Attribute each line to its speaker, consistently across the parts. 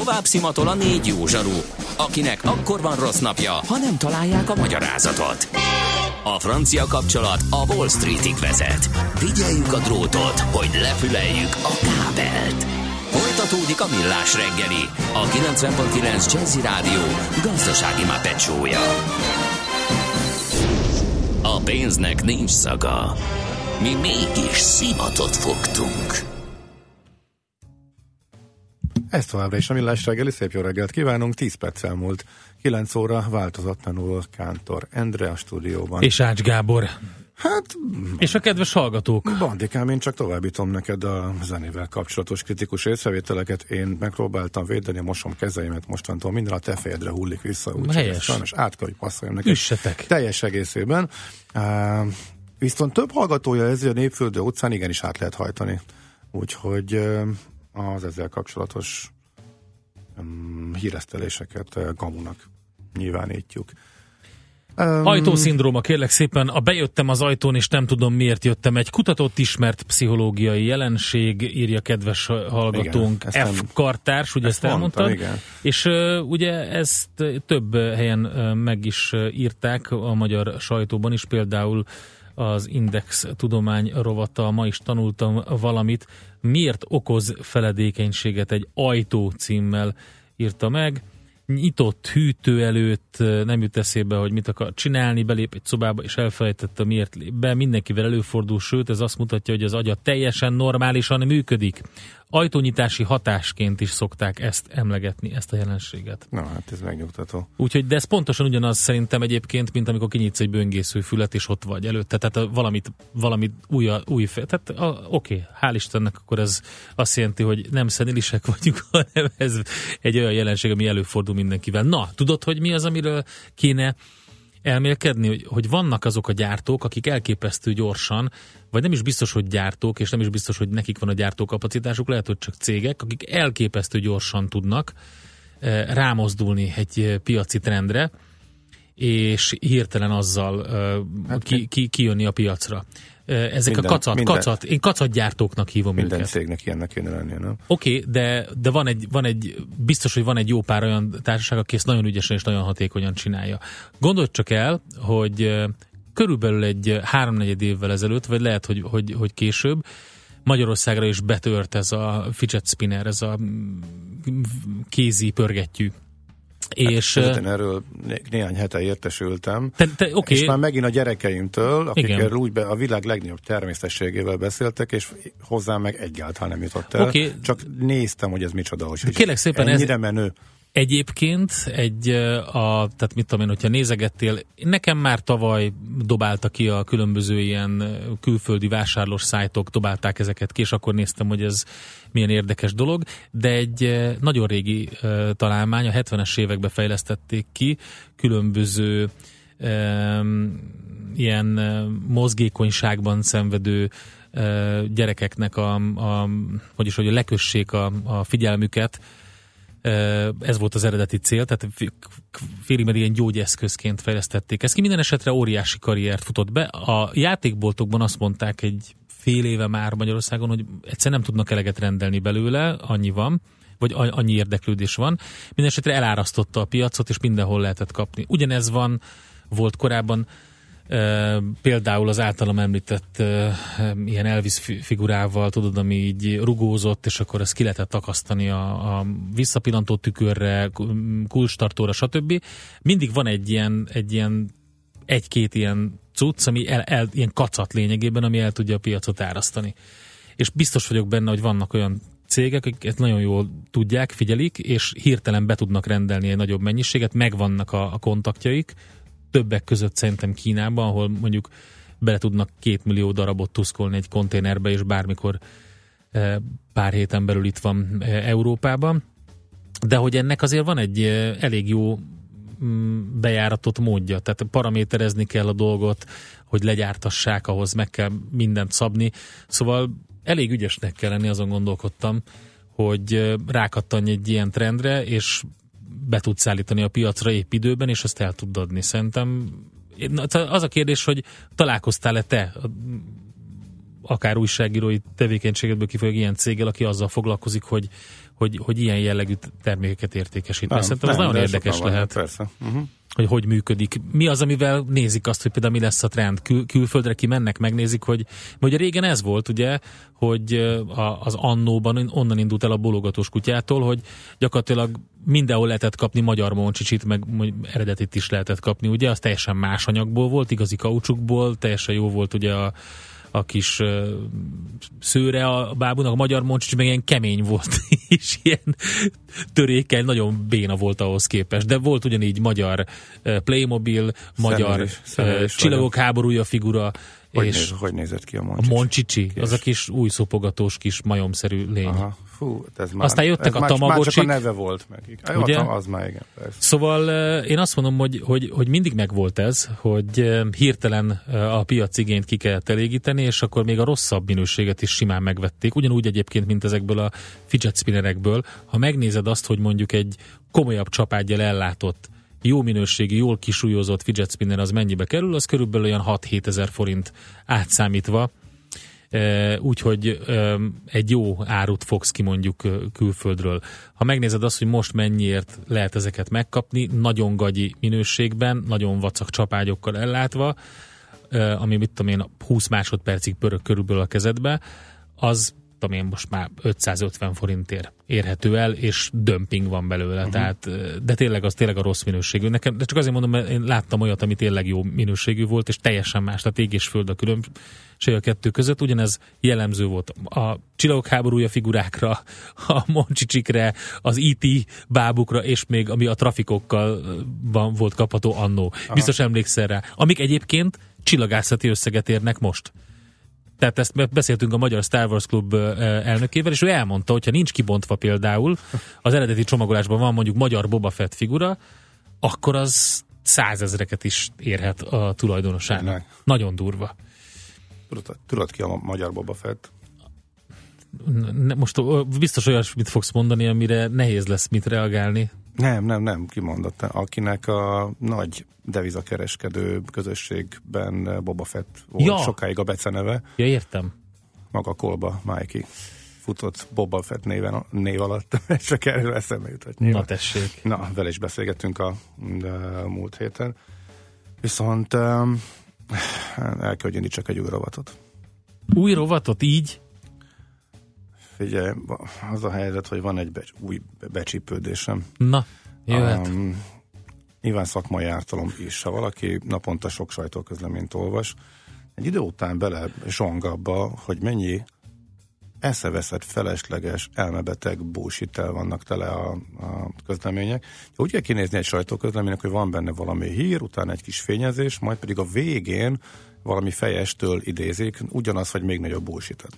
Speaker 1: Tovább szimatol a 4 jó zsaru, akinek akkor van rossz napja, ha nem találják a magyarázatot. A francia kapcsolat a Wall Streetig vezet. Figyeljük a drótot, hogy lefüleljük a kábelt. Folytatódik a Millás reggeli, a 90.9 Jazzy Rádió gazdasági Muppet show-ja. A pénznek nincs szaga. Mi mégis szimatot fogtunk.
Speaker 2: Ez továbbra is a Millás reggeli, szép jó reggelt kívánunk, 10 perc elmúlt, 9 óra változatlanul Kántor Endre a stúdióban.
Speaker 3: És Ács Gábor.
Speaker 2: Hát...
Speaker 3: És a kedves hallgatók.
Speaker 2: Bandikám, én csak továbbítom neked a zenével kapcsolatos kritikus észrevételeket. Én megpróbáltam védeni, mosom kezeimet mostantól, minden a te fejedre hullik vissza.
Speaker 3: Helyes.
Speaker 2: Sajnos át kell, hogy passzoljam neked.
Speaker 3: Üssetek.
Speaker 2: Teljes egészében. Viszont több hallgatója ezzel a Népfürdő utcán igenis át lehet hajtani. Úgyhogy az ezzel kapcsolatos híreszteléseket Gamunak nyilvánítjuk.
Speaker 3: Ajtószindróma, kérlek szépen, bejöttem az ajtón, és nem tudom miért jöttem. Egy kutatott ismert pszichológiai jelenség, írja kedves hallgatónk, igen, F. Kartárs, ugye ezt elmondtad. Igen. És ugye ezt több helyen meg is írták a magyar sajtóban is, például az Index tudomány rovata, ma is tanultam valamit. Miért okoz feledékenységet egy ajtó címmel írta meg. Nyitott hűtő előtt nem jut eszébe, hogy mit akar csinálni, belép egy szobába, és elfelejtette, miért lép be. Mindenkivel előfordul, sőt, ez azt mutatja, hogy az agya teljesen normálisan működik. Ajtónyitási hatásként is szokták ezt emlegetni, ezt a jelenséget.
Speaker 2: Na, hát ez megnyugtató.
Speaker 3: Úgyhogy, de ez pontosan ugyanaz szerintem egyébként, mint amikor kinyitsz egy böngésző fület, és ott vagy előtte. Tehát valamit új tehát oké, hál' Istennek, akkor ez azt jelenti, hogy nem szenilisek vagyunk, hanem ez egy olyan jelenség, ami előfordul mindenkivel. Na, tudod, hogy mi az, amiről kéne elmélkedni, hogy vannak azok a gyártók, akik elképesztő gyorsan, vagy nem is biztos, hogy gyártók, és nem is biztos, hogy nekik van a gyártókapacitásuk, lehet, hogy csak cégek, akik elképesztő gyorsan tudnak rámozdulni egy piaci trendre, és hirtelen azzal kijönni a piacra. Ezek én kacatgyártóknak hívom
Speaker 2: minden
Speaker 3: őket.
Speaker 2: Minden cégnek ilyennek kéne lennie, nem?
Speaker 3: Oké, de van egy, biztos, hogy van egy jó pár olyan társaság, aki ezt nagyon ügyesen és nagyon hatékonyan csinálja. Gondold csak el, hogy körülbelül egy 3-4 évvel ezelőtt, vagy lehet, hogy később, Magyarországra is betört ez a fidget spinner, ez a kézi pörgettyű. És
Speaker 2: erről néhány hete értesültem,
Speaker 3: okay.
Speaker 2: És már megint a gyerekeimtől, akikkel úgy a világ legnagyobb természetességével beszéltek, és hozzám meg egyáltalán nem jutott el. Okay. Csak néztem, hogy ez micsoda, hogy
Speaker 3: kérlek szépen,
Speaker 2: ennyire menő.
Speaker 3: Egyébként tehát mit tudom én, hogyha nézegettél, nekem már tavaly dobálta ki a különböző ilyen külföldi vásárlós szájtok, dobálták ezeket ki, és akkor néztem, hogy ez milyen érdekes dolog, de egy nagyon régi találmány, a 70-es években fejlesztették ki, különböző ilyen mozgékonyságban szenvedő gyerekeknek hogy lekössék a figyelmüket. Ez volt az eredeti cél, tehát félig meddig ilyen gyógyeszközként fejlesztették ezt ki. Minden esetre óriási karriert futott be. A játékboltokban azt mondták egy fél éve már Magyarországon, hogy egyszer nem tudnak eleget rendelni belőle, annyi van, vagy annyi érdeklődés van. Minden esetre elárasztotta a piacot, és mindenhol lehetett kapni. Ugyanez volt korábban például az általam említett ilyen Elvis figurával, tudod, ami így rugózott, és akkor ezt ki lehetett akasztani a visszapillantó tükörre, kulcstartóra, stb. Mindig van egy-két ilyen cucc, ami ilyen kacat lényegében, ami el tudja a piacot árasztani. És biztos vagyok benne, hogy vannak olyan cégek, akik ezt nagyon jól tudják, figyelik, és hirtelen be tudnak rendelni egy nagyobb mennyiséget, megvannak a kontaktjaik, többek között szerintem Kínában, ahol mondjuk bele tudnak 2 millió darabot tuszkolni egy konténerbe, és bármikor pár héten belül itt van Európában. De hogy ennek azért van egy elég jó bejáratott módja, tehát paraméterezni kell a dolgot, hogy legyártassák, ahhoz meg kell mindent szabni. Szóval elég ügyesnek kell lenni, azon gondolkodtam, hogy rákattanj egy ilyen trendre, és be tudsz állítani a piacra épp időben, és ezt el tud adni. Szerintem az a kérdés, hogy találkoztál-e te akár újságírói tevékenységedből kifolyólag ilyen céggel, aki azzal foglalkozik, hogy ilyen jellegű termékeket értékesít. Szerintem ez nagyon érdekes lehet.
Speaker 2: Persze.
Speaker 3: Hogy működik. Mi az, amivel nézik azt, hogy például mi lesz a trend? Külföldre kimennek, megnézik, hogy ugye régen ez volt, ugye, hogy az annóban onnan indult el a bólogatós kutyától, hogy gyakorlatilag mindenhol lehetett kapni magyar moncsicsit, meg eredetit is lehetett kapni, ugye, az teljesen más anyagból volt, igazi kaucsukból, teljesen jó volt ugye a kis szőre a bábúnak, a magyar moncsicsi meg ilyen kemény volt, és ilyen törékeny, nagyon béna volt ahhoz képest, de volt ugyanígy magyar Playmobil, magyar Csillagok háborúja figura.
Speaker 2: Hogy nézett ki a moncsicsi?
Speaker 3: A moncsicsi, az a kis új szopogatós kis majomszerű lény.
Speaker 2: Aha. Fú, ez már,
Speaker 3: aztán jöttek a tamagocsik.
Speaker 2: Már csak a neve volt meg.
Speaker 3: Ugye?
Speaker 2: Az már igen, persze.
Speaker 3: Szóval én azt mondom, hogy mindig megvolt ez, hogy hirtelen a piac igényt ki kellett elégíteni, és akkor még a rosszabb minőséget is simán megvették. Ugyanúgy egyébként, mint ezekből a fidget spinnerekből. Ha megnézed azt, hogy mondjuk egy komolyabb csapádgyal ellátott, jó minőségű, jól kisúlyozott fidget spinner az mennyibe kerül, az körülbelül olyan 6-7 ezer forint átszámítva. Úgyhogy egy jó árut fogsz ki mondjuk külföldről. Ha megnézed azt, hogy most mennyiért lehet ezeket megkapni, nagyon gagyi minőségben, nagyon vacak csapágyokkal ellátva, ami mit tudom én 20 másodpercig pörög körülbelül a kezedbe, az tudom én most már 550 forintért érhető el, és dömping van belőle. Tehát, de tényleg az tényleg a rossz minőségű. Nekem, de csak azért mondom, mert én láttam olyat, ami tényleg jó minőségű volt, és teljesen más, tehát ég és föld a különbség a kettő között. Ugyanez jellemző volt a Csillagok háborúja figurákra, a moncsicsikre, az E.T. bábukra, és még ami a trafikokkal volt kapható annó. Biztos emlékszel rá. Amik egyébként csillagászati összeget érnek most. Tehát ezt beszéltünk a Magyar Star Wars Club elnökével, és ő elmondta, hogyha nincs kibontva például, az eredeti csomagolásban van mondjuk magyar Boba Fett figura, akkor az 100 000-eket is érhet a tulajdonosának. Nagyon durva.
Speaker 2: Tudod ki a magyar Boba Fett?
Speaker 3: Most biztos olyasmit fogsz mondani, amire nehéz lesz mit reagálni.
Speaker 2: Nem, kimondottan. Akinek a nagy devizakereskedő közösségben Boba Fett volt sokáig a beceneve.
Speaker 3: Ja, értem.
Speaker 2: Maga Kolba Mikey futott Boba Fett név alatt, csak erről eszembe jutott.
Speaker 3: Na tessék.
Speaker 2: Na, vele is beszélgettünk a múlt héten. Viszont el kell, hogy indítsak egy új rovatot.
Speaker 3: Új rovatot így?
Speaker 2: Figyelj, az a helyzet, hogy van egy új becsípődésem.
Speaker 3: Na, jöhet.
Speaker 2: Nyilván szakmai ártalom is. Ha valaki naponta sok sajtóközleményt olvas, egy idő után bele zsong abba, hogy mennyi eszeveszett, felesleges, elmebeteg bullshit-tel vannak tele a közlemények. Úgy kell kinézni egy sajtóközleménynek, hogy van benne valami hír, utána egy kis fényezés, majd pedig a végén valami fejestől idézik ugyanaz, vagy még nagyobb bullshit-et.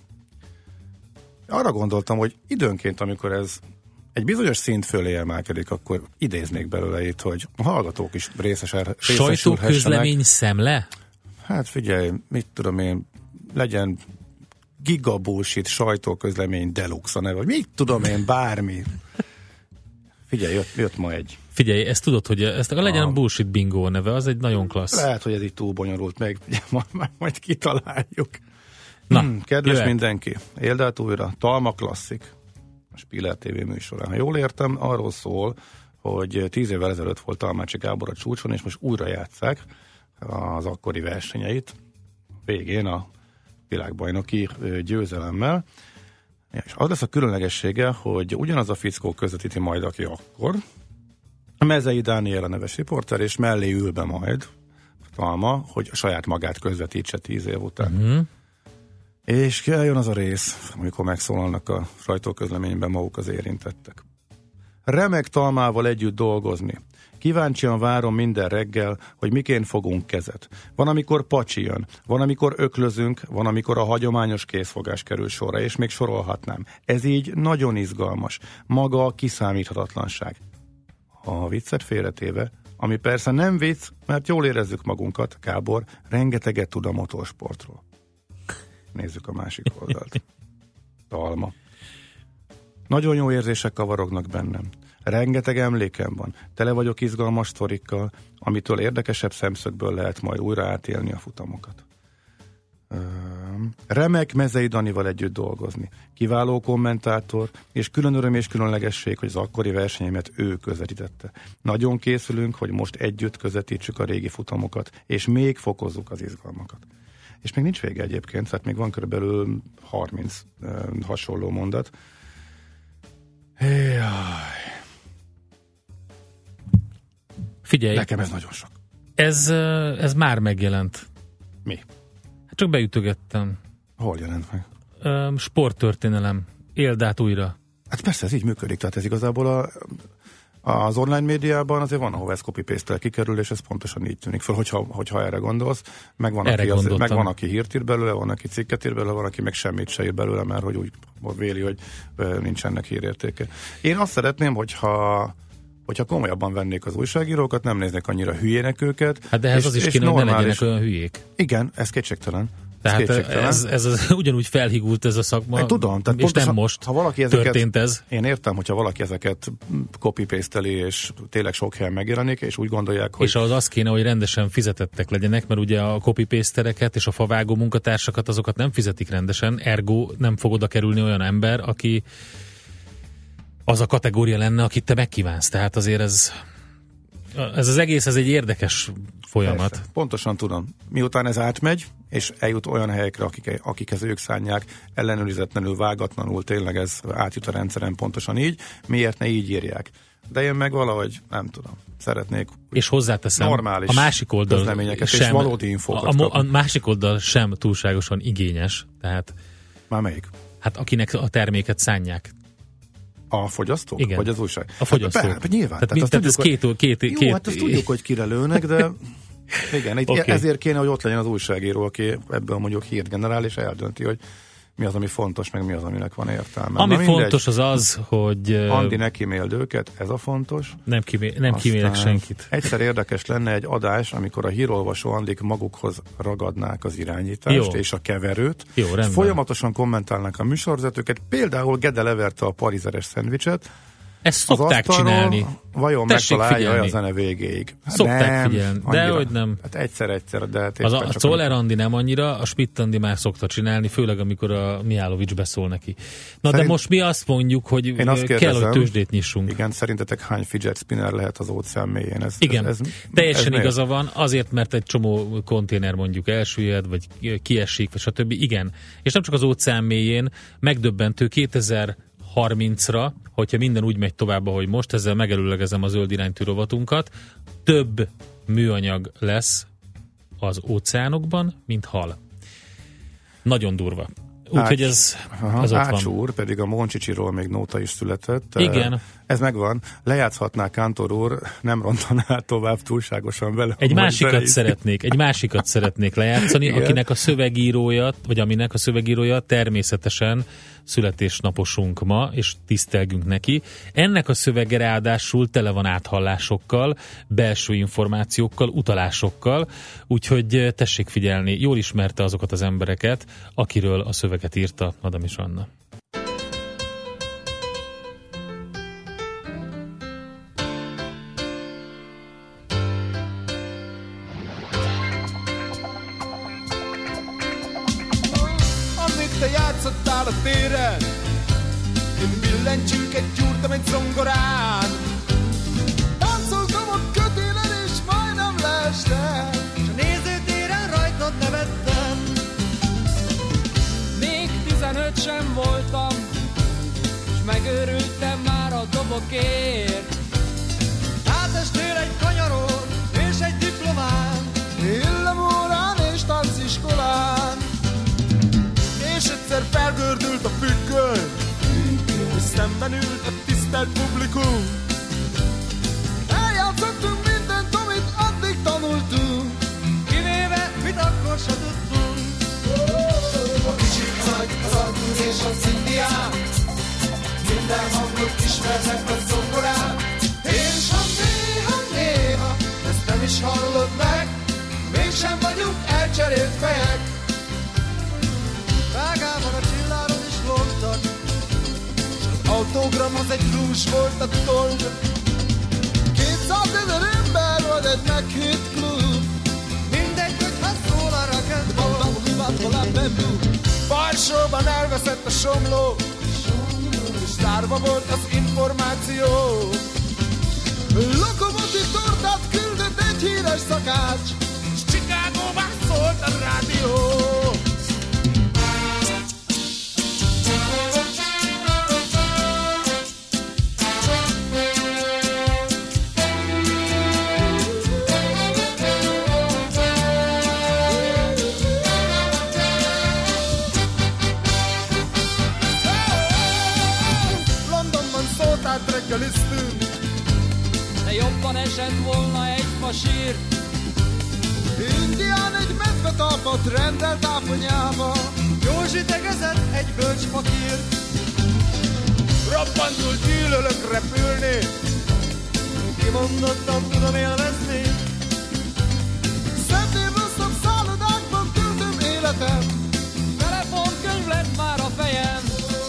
Speaker 2: Arra gondoltam, hogy időnként, amikor ez egy bizonyos szint fölé emelkedik, akkor idéznék belőle itt, hogy a hallgatók is részesülhessenek.
Speaker 3: Sajtóközlemény szemle?
Speaker 2: Hát figyelj, mit tudom én, legyen gigabullshit sajtóközlemény deluxe a neve, vagy mit tudom én, bármi. Figyelj, jött ma egy.
Speaker 3: Figyelj, ezt tudod, hogy ezt legyen bullshit bingo neve, az egy nagyon klassz.
Speaker 2: Lehet, hogy ez itt túl bonyolult, meg majd kitaláljuk. Na, kedves jöhet mindenki, éld át újra, Talma Klasszik, a Spiller TV műsorán. Ha jól értem, arról szól, hogy 10 évvel ezelőtt volt Talmácsi Gábor a csúcson, és most újra játsszák az akkori versenyeit, végén a világbajnoki győzelemmel. És az lesz a különlegessége, hogy ugyanaz a fickó közvetíti majd, aki akkor, a Mezei Dániel a neves riporter, és mellé ül be majd Talma, hogy a saját magát közvetítse 10 év után. És jön az a rész, amikor megszólalnak a sajtóközleményben maguk az érintettek. Remek Talmával együtt dolgozni. Kíváncsian várom minden reggel, hogy miként fogunk kezet. Van, amikor pacsi jön, van, amikor öklözünk, van, amikor a hagyományos készfogás kerül sorra, és még sorolhatnám. Ez így nagyon izgalmas. Maga a kiszámíthatatlanság. A viccet félretéve, ami persze nem vicc, mert jól érezzük magunkat, Gábor rengeteget tud a motorsportról. Nézzük a másik oldalt. Talma. Nagyon jó érzések kavarognak bennem. Rengeteg emlékem van. Tele vagyok izgalmas sztorikkal, amitől érdekesebb szemszögből lehet majd újra átélni a futamokat. Remek Mezei Danival együtt dolgozni. Kiváló kommentátor, és külön öröm és különlegesség, hogy az akkori versenyemet ő közvetítette. Nagyon készülünk, hogy most együtt közvetítsük a régi futamokat, és még fokozzuk az izgalmakat. És még nincs vége egyébként, tehát még van körülbelül 30 hasonló mondat.
Speaker 3: Figyelj!
Speaker 2: Nekem ez nagyon sok.
Speaker 3: Ez már megjelent.
Speaker 2: Mi?
Speaker 3: Hát csak beütögettem.
Speaker 2: Hol jelent meg?
Speaker 3: Sporttörténelem. Éld át újra.
Speaker 2: Hát persze, ez így működik, tehát ez igazából az online médiában azért van, ahol ez copy-paste-tel kikerül, és ez pontosan így tűnik fel, hogyha erre gondolsz. Meg van, aki hírt ír belőle, van, aki cikket ír belőle, van, aki meg semmit se ír belőle, mert hogy úgy véli, hogy nincsenek hírértéke. Én azt szeretném, hogyha komolyabban vennék az újságírókat, nem néznék annyira hülyének őket.
Speaker 3: Hát de ez az is kéne, hogy ne legyenek olyan hülyék.
Speaker 2: Igen, ez kétségtelen.
Speaker 3: Tehát ez ugyanúgy felhigult ez a szakma,
Speaker 2: tudom, tehát
Speaker 3: és nem most
Speaker 2: ha valaki
Speaker 3: történt ez.
Speaker 2: Én értem, hogyha valaki ezeket copy-paste-eli, és tényleg sok helyen megjelenik, és úgy gondolják, hogy...
Speaker 3: És az kéne, hogy rendesen fizetettek legyenek, mert ugye a copy-pastereket és a favágó munkatársakat, azokat nem fizetik rendesen, ergo nem fog oda kerülni olyan ember, aki az a kategória lenne, akit te megkívánsz. Tehát azért ez az egész, ez egy érdekes folyamat.
Speaker 2: Persze, pontosan tudom. Miután ez átmegy, és eljut olyan helyekre, akik ők szánják, ellenőrizetlenül, vágatlanul, tényleg ez átjut a rendszeren pontosan így, miért ne így írják? De én meg valahogy, nem tudom, szeretnék
Speaker 3: és hozzáteszem,
Speaker 2: normális
Speaker 3: a másik oldal
Speaker 2: közleményeket
Speaker 3: sem,
Speaker 2: és valódi infókat
Speaker 3: a másik oldal sem túlságosan igényes, tehát...
Speaker 2: Már melyik?
Speaker 3: Hát akinek a terméket szánják.
Speaker 2: A fogyasztók?
Speaker 3: Igen.
Speaker 2: Vagy az újság?
Speaker 3: A fogyasztók.
Speaker 2: Hát, nyilván.
Speaker 3: Tehát ez két...
Speaker 2: Hát azt tudjuk, hogy kire lőnek, de igen, okay. Ezért kéne, hogy ott legyen az újságíró, aki ebből mondjuk hírt generál, és eldönti, hogy mi az, ami fontos, meg mi az, aminek van értelme.
Speaker 3: Ami fontos az, hogy...
Speaker 2: Andi ne kiméld őket, ez a fontos.
Speaker 3: Nem kimélek senkit.
Speaker 2: Egyszer érdekes lenne egy adás, amikor a hírolvasó Andik magukhoz ragadnák az irányítást és a keverőt.
Speaker 3: Jó,
Speaker 2: folyamatosan kommentálnák a műsorvezetőket, például Gede leverte a parizeres szendvicset.
Speaker 3: Ezt szokták csinálni.
Speaker 2: Vajon megtalálja a zene végéig?
Speaker 3: Szokták figyelni, de hogy nem.
Speaker 2: Hát egyszer, de hát
Speaker 3: a Czoller Andi nem annyira, a Schmidt Andi már szokta csinálni, főleg amikor a Mihálovics beszól neki. De most mi azt mondjuk, hogy kell, hogy tőzsdét nyissunk.
Speaker 2: Igen, szerintetek hány fidget spinner lehet az óceán mélyén?
Speaker 3: Teljesen igaza van, azért, mert egy csomó konténer mondjuk elsüllyed, vagy kiesik, vagy stb. Igen. És nem csak az óceán mélyén, megdöbbentő 2030-ra, hogyha minden úgy megy tovább, ahogy most, ezzel megelőlegezem a zöld iránytű rovatunkat, több műanyag lesz az óceánokban, mint hal. Nagyon durva. Úgyhogy ez ott van.
Speaker 2: Ács úr, pedig a Moncsicsiról még nóta is született.
Speaker 3: Igen.
Speaker 2: Ez megvan. Lejátszhatná Kántor úr, nem rontaná tovább túlságosan vele.
Speaker 3: Egy másikat szeretnék lejátszani, igen. Akinek a szövegírója, vagy aminek a szövegírója természetesen születésnaposunk ma, és tisztelgünk neki. Ennek a szövege ráadásul tele van áthallásokkal, belső információkkal, utalásokkal, úgyhogy tessék figyelni, jól ismerte azokat az embereket, akiről a szöveget írta Adamis Anna.
Speaker 4: Játszottál a téren, én billentyűket gyúrtam egy zongorán. Táncoltam a kötélen és majdnem leestem, s a nézőtéren rajtad nevettem. Még 15 sem voltam, s megőrültem már a dobokért. Hátestél egy kanyaron és egy diplomán, illemórán és tánciskolán. És egyszer felgördült a függöny, és szemben ült a tisztelt publikum. Eljátszottunk mindent, amit addig tanultunk, kivéve, mit akkor se tudtunk. A kicsi nagy, az Artur és a Cindián, minden hangot ismernek a zongorán. És ha néha ezt nem is hallod meg, mégsem vagyunk elcserélt fejek. Rágában a csilláron is lógtak, s az autogramhoz egy rúzs volt a toll. 200 000 ember volt egy meghitt klub. Mindegy, hogy ha szól a rock'n'roll. sorban elveszett a somló, és tárva volt az információ. Lokomotív tortát küldött egy híres szakács, és Chicagóban szólt a rádió.
Speaker 5: De jobban esett volna egy fasír.
Speaker 4: Indián egy medvetalpat rendelt áfonyába,
Speaker 5: Józsi tegezett egy bölcs fakír.
Speaker 4: Rappantul gyűlölök repülni,
Speaker 5: Kimondottan tudom élvezni.
Speaker 4: szentén rosszabb szállodákban töltöm életem.
Speaker 5: Telefonkönyv lett már a fejem.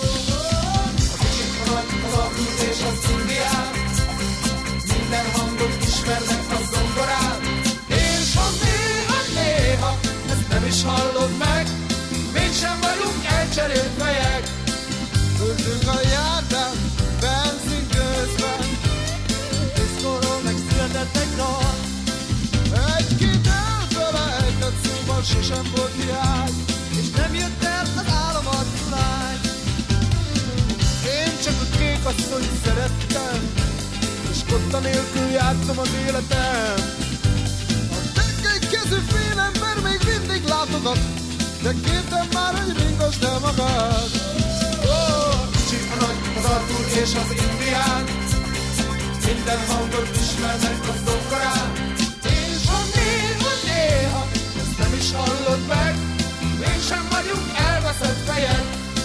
Speaker 4: Az Abruz és az Indián, minden hangot ismernek a zongorán. És ha néha, ezt nem is hallod meg, mégsem vagyunk elcserélt fejek. Töltünk a járdán, benzin közben,
Speaker 5: Diszkóról megszületett egy dal.
Speaker 4: egy-két elfelejtett szóval sosem volt hiány.
Speaker 5: És nem jött el az álomarcú lány.
Speaker 4: Én csak a kék asszonyt szerettem, és kotta nélkül jártam az életem. A tekkely kezű félember még mindig látogat, de kértem már, hogy ringasd el magad. Kicsi a nagy, az Artur és az Indián, minden hangot ismernek a zongorán. És ha néha, ezt nem is hallod meg, mégsem vagyunk elveszett fejek.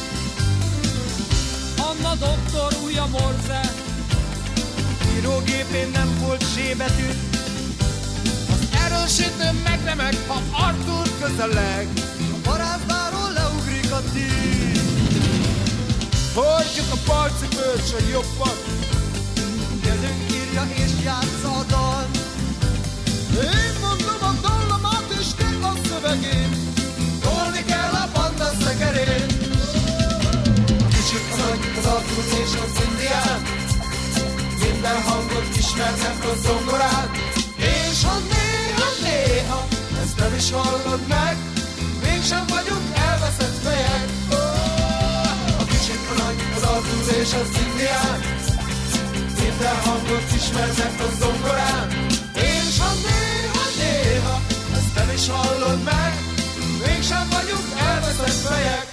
Speaker 5: Anna doktor újja morze. Írógépén nem volt zsébetű.
Speaker 4: Az erősítő megremeg, ha Artur közeleg.
Speaker 5: A parázsdáról leugrik a tűz.
Speaker 4: Hordjuk a parcipőt, s a jobbat.
Speaker 5: Kezünk írja és játsza a dal.
Speaker 4: Én mondom a dallamát, és te a szövegén. Tolni kell a banda szekerén. A kicsi, a nagy, az Artur és az Indián, minden hangot ismernek a zongorán. És ha néha, ezt nem is hallod meg, mégsem vagyunk elveszett fejek. A kicsi, a nagy, az Artur és az Indián, minden hangot ismernek a zongorán. És ha néha, ezt nem is hallod meg, mégsem vagyunk elveszett fejek.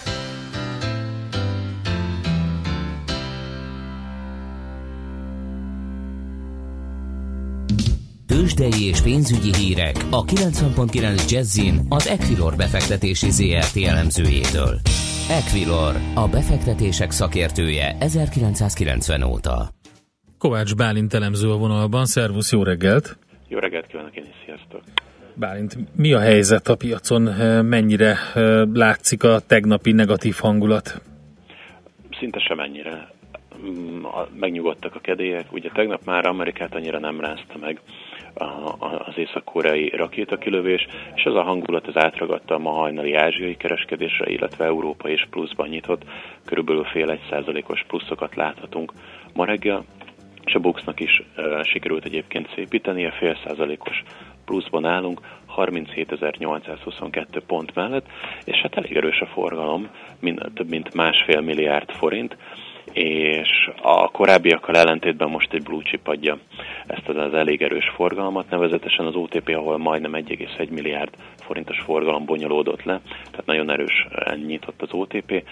Speaker 1: Tőzsdei és pénzügyi hírek a 90.9 Jazzin az Equilor befektetési ZRT elemzőjétől. Equilor, a befektetések szakértője 1990 óta.
Speaker 3: Kovács Bálint elemző a vonalban. Szervusz, jó reggelt!
Speaker 6: Jó reggelt kívánok én is, sziasztok!
Speaker 3: Bálint, mi a helyzet a piacon? Mennyire látszik a tegnapi negatív hangulat?
Speaker 6: Szinte semennyire. Megnyugodtak a kedélyek. Ugye tegnap már Amerikát annyira nem rázta meg az észak-koreai rakétakilövés, és ez a hangulat az átragadta a ma hajnali ázsiai kereskedésre, illetve Európa is pluszban nyitott. Körülbelül 0,5%-os pluszokat láthatunk ma reggel, és a Buxnak is sikerült egyébként szépítenie, 0,5%-os pluszban állunk, 37.822 pont mellett, és hát elég erős a forgalom, több mint 1,5 milliárd forint, és a korábbiakkal ellentétben most egy blue chip adja ezt az elég erős forgalmat, nevezetesen az OTP, ahol majdnem 1,1 milliárd forintos forgalom bonyolódott le, tehát nagyon erősen nyitott az OTP,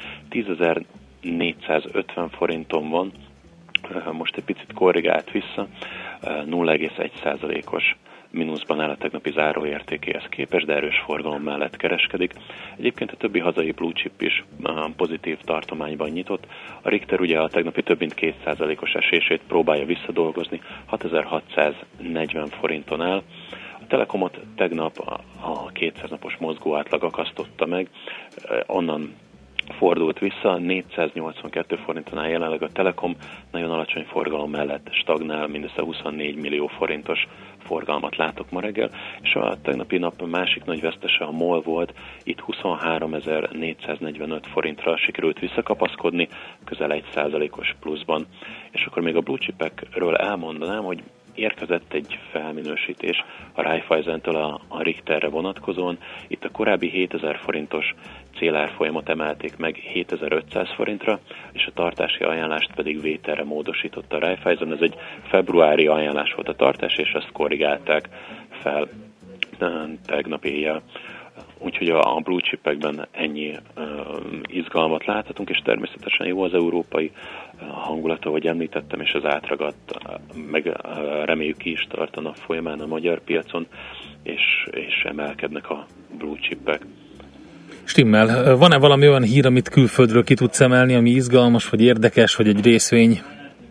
Speaker 6: 10.450 forinton van, most egy picit korrigált vissza, 0,1%-os mínuszban áll a tegnapi záróértékéhez képest, de erős forgalom mellett kereskedik. Egyébként a többi hazai blue chip is pozitív tartományban nyitott. A Richter ugye a tegnapi több mint 2%-os esését próbálja visszadolgozni, 6640 forinton áll. A Telekomot tegnap a 200 napos mozgó átlag akasztotta meg, onnan fordult vissza, 482 forinton áll jelenleg a Telekom, nagyon alacsony forgalom mellett stagnál, mindössze 24 millió forintos forgalmat látok ma reggel, és a tegnapi nap másik nagy vesztese a MOL volt, itt 23.445 forintra sikerült visszakapaszkodni, közel 1%-os pluszban. És akkor még a blue chipekről elmondanám, hogy érkezett egy felminősítés a Raiffeisentől a Richterre vonatkozóan. Itt a korábbi 7000 forintos célárfolyamat emelték meg 7500 forintra, és a tartási ajánlást pedig vételre módosította a Raiffeisen. Ez egy februári ajánlás volt a tartás, és ezt korrigálták fel tegnap éjjel. Úgyhogy a blue chipekben ennyi izgalmat láthatunk, és természetesen jó az európai hangulata, ahogy említettem, és az átragadt, meg reméljük ki is tart a nap folyamán a magyar piacon, és emelkednek a blue chipek.
Speaker 3: Stimmel. Van-e valami olyan hír, amit külföldről ki tudsz emelni, ami izgalmas, vagy érdekes, vagy egy részvény?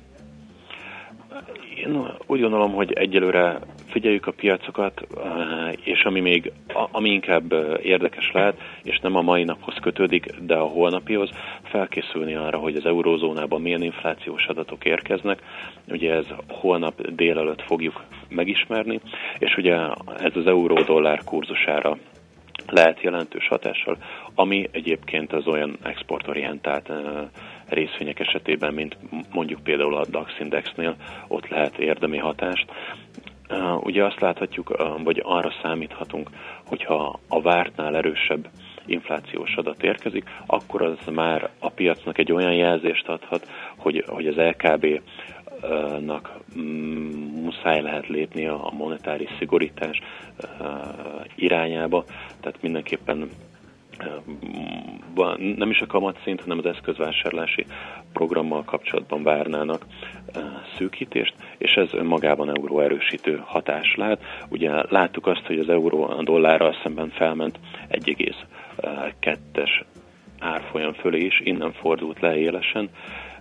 Speaker 6: Én úgy gondolom, hogy egyelőre figyeljük a piacokat, és ami inkább érdekes lehet, és nem a mai naphoz kötődik, de a holnapihoz, felkészülni arra, hogy az eurózónában milyen inflációs adatok érkeznek. Ugye ez holnap délelőtt fogjuk megismerni, és ugye ez az euró-dollár kurzusára lehet jelentős hatással, ami egyébként az olyan exportorientált részvények esetében, mint mondjuk például a DAX Indexnél, ott lehet érdemi hatást. Ugye azt láthatjuk, vagy arra számíthatunk, hogyha a vártnál erősebb inflációs adat érkezik, akkor az már a piacnak egy olyan jelzést adhat, hogy az LKB-nak muszáj lehet lépni a monetáris szigorítás irányába, tehát mindenképpen nem is a kamatszint, hanem az eszközvásárlási programmal kapcsolatban várnának szűkítést, és ez önmagában euróerősítő hatás lehet. Ugye láttuk azt, hogy az euró a dollárral szemben felment 1,2-es árfolyam fölé is, innen fordult le élesen.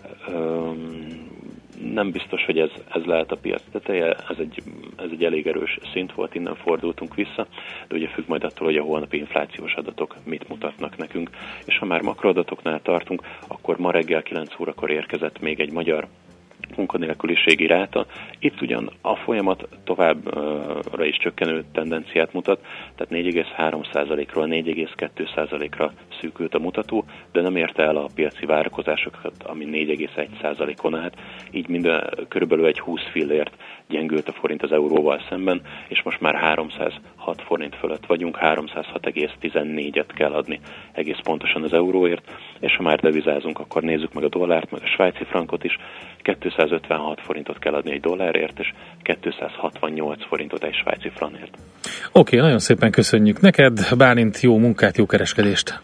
Speaker 6: Nem biztos, hogy ez lehet a piac teteje, ez egy elég erős szint volt, innen fordultunk vissza, de ugye függ majd attól, hogy a holnapi inflációs adatok mit mutatnak nekünk. És ha már makroadatoknál tartunk, akkor ma reggel 9 órakor érkezett még egy magyar munkanélküliségi ráta. Itt ugyan a folyamat továbbra is csökkenő tendenciát mutat, tehát 4,3%-ról 4,2%-ra szűkült a mutató, de nem érte el a piaci várakozásokat, ami 4,1%-on állt, így körülbelül egy 20 fillért gyengült a forint az euróval szemben, és most már 306 forint fölött vagyunk, 306,14-et kell adni egész pontosan az euróért, és ha már devizázunk, akkor nézzük meg a dollárt, meg a svájci frankot is, 256 forintot kell adni egy dollárért, és 268 forintot egy svájci frankért.
Speaker 3: Oké, nagyon szépen köszönjük neked, Bálint, jó munkát, jó kereskedést!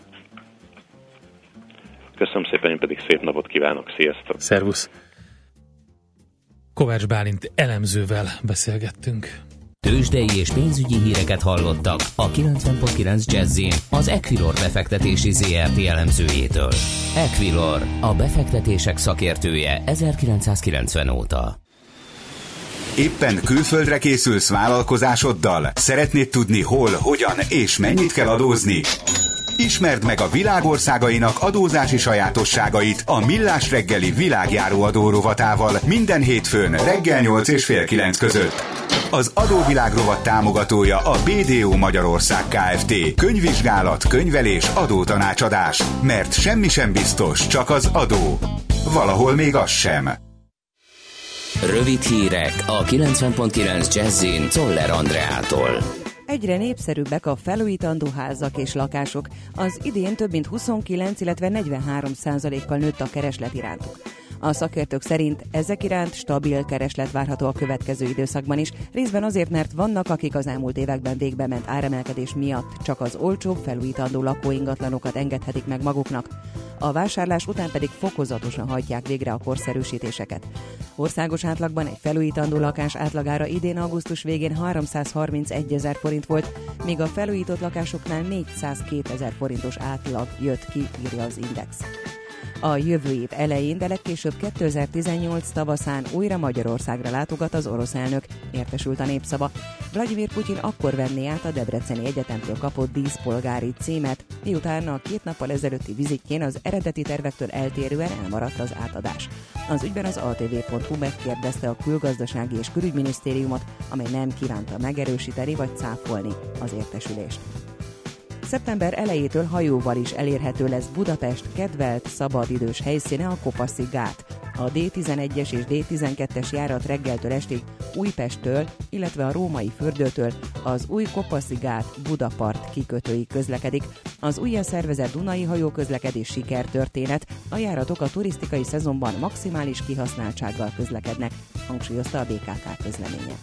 Speaker 6: Köszönöm szépen, én pedig szép napot kívánok, sziasztok!
Speaker 3: Szervusz! Kovács Bálint elemzővel beszélgettünk.
Speaker 1: Tőzsdei és pénzügyi híreket hallottak a 90.9 Jazzin az Equilor befektetési ZRT elemzőjétől. Equilor, a befektetések szakértője 1990 óta.
Speaker 7: Éppen külföldre készülsz vállalkozásoddal? Szeretnéd tudni hol, hogyan és mennyit kell adózni? Ismerd meg a világországainak adózási sajátosságait a Millás reggeli világjáró adó rovatával minden hétfőn reggel 8 és fél 9 között. Az adóvilág rovat támogatója a BDO Magyarország Kft. Könyvvizsgálat, könyvelés, adótanácsadás. Mert semmi sem biztos, csak az adó. Valahol még az sem.
Speaker 1: Rövid hírek a 90.9 Jazzin Czoller Andreától.
Speaker 8: Egyre népszerűbbek a felújítandó házak és lakások. Az idén több mint 29, illetve 43%-kal nőtt a kereslet irántuk. A szakértők szerint ezek iránt stabil kereslet várható a következő időszakban is, részben azért, mert vannak, akik az elmúlt években végbe ment áremelkedés miatt csak az olcsóbb felújítandó lakóingatlanokat engedhetik meg maguknak. A vásárlás után pedig fokozatosan hajtják végre a korszerűsítéseket. Országos átlagban egy felújítandó lakás átlagára idén augusztus végén 331 000 forint volt, míg a felújított lakásoknál 402 000 forintos átlag jött ki, írja az Index. A jövő év elején, de legkésőbb 2018 tavaszán újra Magyarországra látogat az orosz elnök, értesült a Népszava. Vladimir Putyin akkor venné át a Debreceni Egyetemtől kapott díszpolgári címet, miután a 2 nappal ezelőtti vizitjén az eredeti tervektől eltérően elmaradt az átadás. Az ügyben az ATV.hu megkérdezte a Külgazdasági és Külügyminisztériumot, amely nem kívánta megerősíteni vagy cáfolni az értesülést. Szeptember elejétől hajóval is elérhető lesz Budapest kedvelt szabadidős helyszíne, a Kopaszi gát. A D11-es és D12-es járat reggeltől estig Újpesttől, illetve a Római Fürdőtől az új Kopaszi gát Budapart kikötőig közlekedik. Az újra szervezett Dunai hajóközlekedés sikertörténet, a járatok a turisztikai szezonban maximális kihasználtsággal közlekednek, hangsúlyozta a BKK közleménye.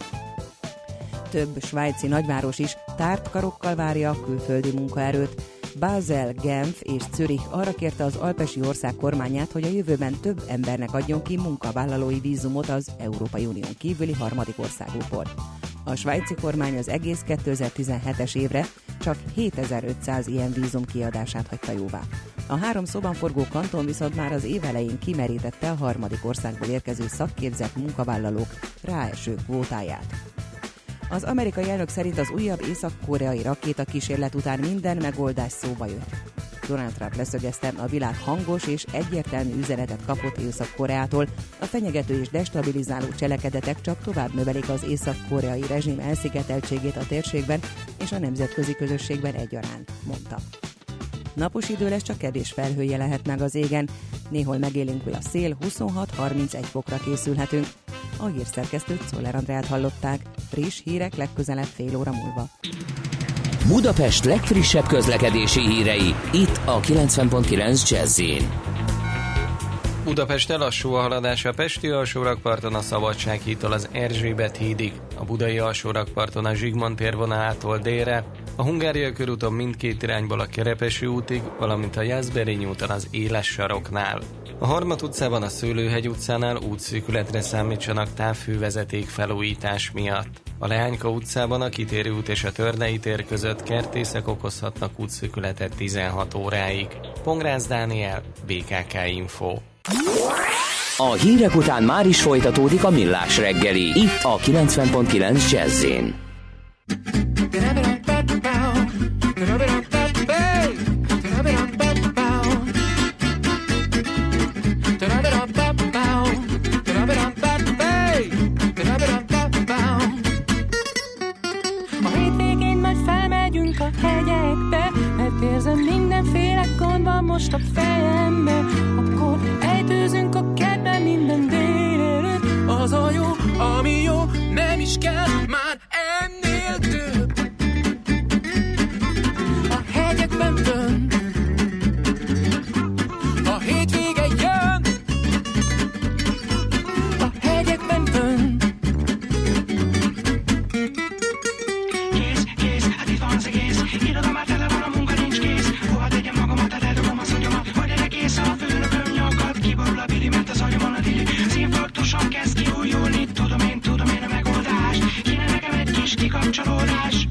Speaker 8: Több svájci nagyváros is tárt karokkal várja a külföldi munkaerőt. Basel, Genf és Zürich arra kérte az alpesi ország kormányát, hogy a jövőben több embernek adjon ki munkavállalói vízumot az Európai Unión kívüli harmadik országokból. A svájci kormány az egész 2017-es évre csak 7500 ilyen vízum kiadását hagyta jóvá. A 3 szóban forgó kanton viszont már az év elején kimerítette a harmadik országból érkező szakképzett munkavállalók ráeső kvótáját. Az amerikai elnök szerint az újabb észak-koreai rakétakísérlet után minden megoldás szóba jött. Donald Trump leszögezte, a világ hangos és egyértelmű üzenetet kapott Észak-Koreától, a fenyegető és destabilizáló cselekedetek csak tovább növelik az észak-koreai rezsim elszigeteltségét a térségben és a nemzetközi közösségben egyaránt, mondta. Napos idő lesz, csak kevés felhője lehet meg az égen, néhol megélénkül a szél, 26-31 fokra készülhetünk. A hírszerkesztőt, Szoller Andrát hallották, friss hírek legközelebb fél óra múlva.
Speaker 1: Budapest legfrissebb közlekedési hírei, itt a 90.9 Jazz-in.
Speaker 9: Budapesten lassú a haladás a Pesti alsórakparton a Szabadsághídtól az Erzsébet hídig, a Budai alsórakparton a Zsigmond tér vonalától délre, a Hungária körúton mindkét irányból a Kerepesi útig, valamint a Jászberény úton az Éles saroknál. A Harmat utcában a Szőlőhegy utcánál útszűkületre számítsanak távhővezeték felújítás miatt. A Leányka utcában a Kitérő út és a Törnei tér között kertészek okozhatnak útszűkületet 16 óráig. Pongrácz Dániel, BKK Info.
Speaker 1: A hírek után már is folytatódik a Millás reggeli, itt a 90.9 Jazz-in.
Speaker 10: A hétvégén majd felmegyünk a hegyekbe, mert érzem mindenféle gond van most a fejembe. Akkor ejtőzünk a kertben minden délelőtt, az a jó, ami jó, nem is kell már ennél több. A hegyekben fönn, a hétvége jön, a hegyekben fönn. Kész, hát itt van az egész, irodalom már tele van, a munka nincs kész. Hova tegyem magamat, hát eldobom az agyamat, hogy egész a főnököm nyakad, kiborul a bili, mert az agyamon a dili. Színfarktusom kezd kiújulni, tudom én a megoldás, kéne nekem egy kis kikapcsolódás.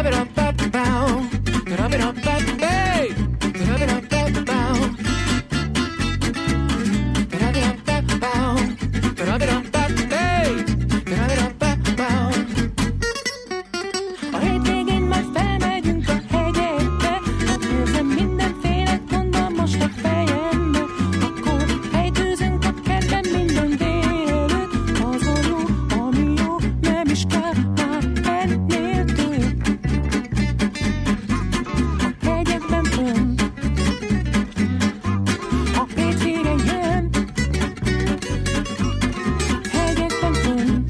Speaker 10: A hétvégén majd felmegyünk a hegyekbe, hát érzem mindenféle gond van most a fejembe. Akkor ejtőzünk a kertben minden délelőtt, az a jó, ami jó, nem is kell már ennél több. A hegyekben fönn, a hétvége jön, hegyekben fönn.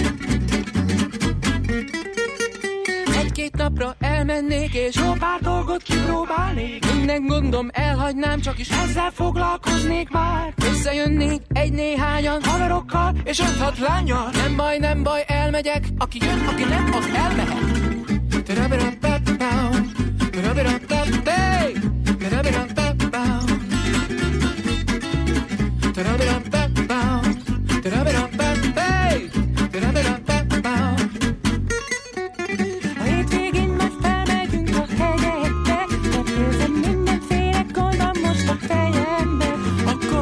Speaker 10: Egy-két napra elmennék és jó pár dolgot kipróbálnék. Minden gondom elhagynám, csak is ezzel foglalkoznék már. Összejönnék egy-néhányan haverokkal és 5-6 lányal. Nem baj, elmegyek. Aki jön, aki nem, az elmehet. A hétvégén majd felmegyünk a hegyekbe, mert érzem mindenféle gond van most a fejembe. Akkor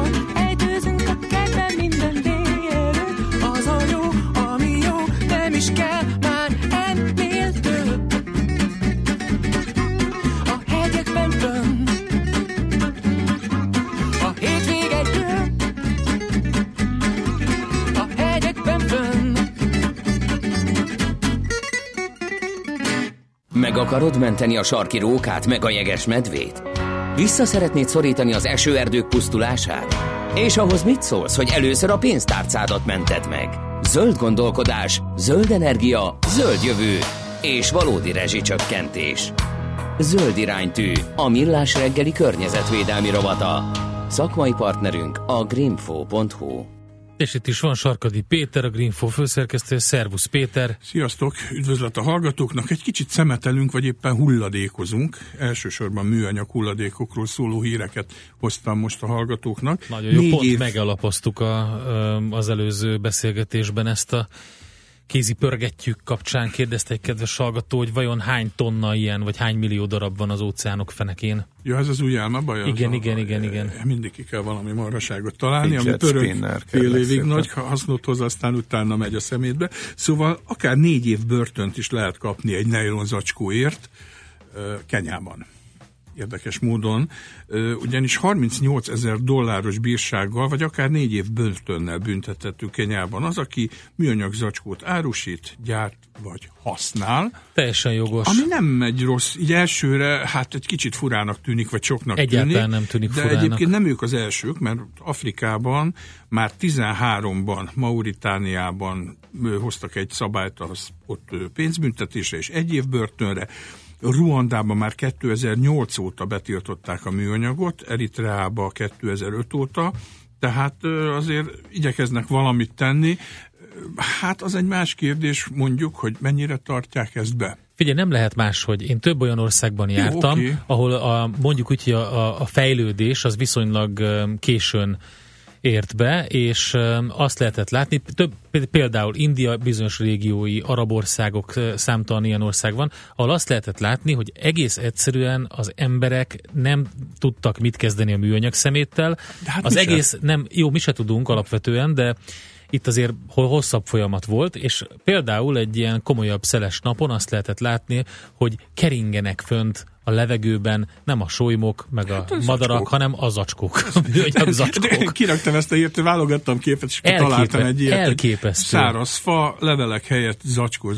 Speaker 1: Meg akarod menteni a sarki rókát, meg a jeges medvét? Vissza szeretnéd szorítani az esőerdők pusztulását? És ahhoz mit szólsz, hogy először a pénztárcádat mented meg? Zöld gondolkodás, zöld energia, zöld jövő és valódi rezsicsökkentés. Zöld iránytű, a Millás reggeli környezetvédelmi rovata. Szakmai partnerünk a greenfo.hu.
Speaker 3: És itt is van Sarkadi Péter, a Greenfo főszerkesztője. Szervusz Péter!
Speaker 11: Sziasztok! Üdvözlet a hallgatóknak! Egy kicsit szemetelünk, vagy éppen hulladékozunk. Elsősorban műanyag hulladékokról szóló híreket hoztam most a hallgatóknak.
Speaker 3: Nagyon jó, pont megalapoztuk az előző beszélgetésben ezt a kézi pörgettyűk kapcsán. Kérdezte egy kedves hallgató, hogy vajon hány tonna ilyen, vagy hány millió darab van az óceánok fenekén.
Speaker 11: Ja, ez az új álmabaj?
Speaker 3: Igen.
Speaker 11: Mindig ki kell valami marhaságot találni, ami pörög fél évig nagy hasznot hoz, aztán utána megy a szemétbe. Szóval akár 4 év börtönt is lehet kapni egy nejlon zacskóért Kenyában. Érdekes módon, ugyanis $38,000 bírsággal, vagy akár 4 év börtönnel büntethető Kenyában az, aki műanyag zacskót árusít, gyárt vagy használ.
Speaker 3: Teljesen jogos.
Speaker 11: Ami nem megy rossz, így elsőre hát egy kicsit furának tűnik, vagy soknak
Speaker 3: egyáltalán nem tűnik
Speaker 11: de
Speaker 3: furának.
Speaker 11: Egyébként nem ők az elsők, mert Afrikában már 13-ban, Mauritániában hoztak egy szabályt, az ott pénzbüntetésre és 1 év börtönre. Ruandában már 2008 óta betiltották a műanyagot, Eritreában 2005 óta, tehát azért igyekeznek valamit tenni. Hát az egy más kérdés, mondjuk, hogy mennyire tartják ezt be.
Speaker 3: Figyelj, nem lehet máshogy. Én több olyan országban jártam, ahol mondjuk úgy, hogy a fejlődés az viszonylag későn ért be, és azt lehetett látni, például India bizonyos régiói, arab országok, számtalan ilyen ország van, ahol azt lehetett látni, hogy egész egyszerűen az emberek nem tudtak mit kezdeni a műanyag szeméttel. Hát az egész nem, jó, mi se tudunk alapvetően, de itt azért hosszabb folyamat volt, és például egy ilyen komolyabb szeles napon azt lehetett látni, hogy keringenek fönt a levegőben nem a solymok, meg a madarak, hanem a zacskók. A műanyag zacskók.
Speaker 11: Kiraktam ezt a hírt, válogattam képet, és találtam egy ilyet.
Speaker 3: Elképesztő.
Speaker 11: Száraz fa, levelek helyett zacskó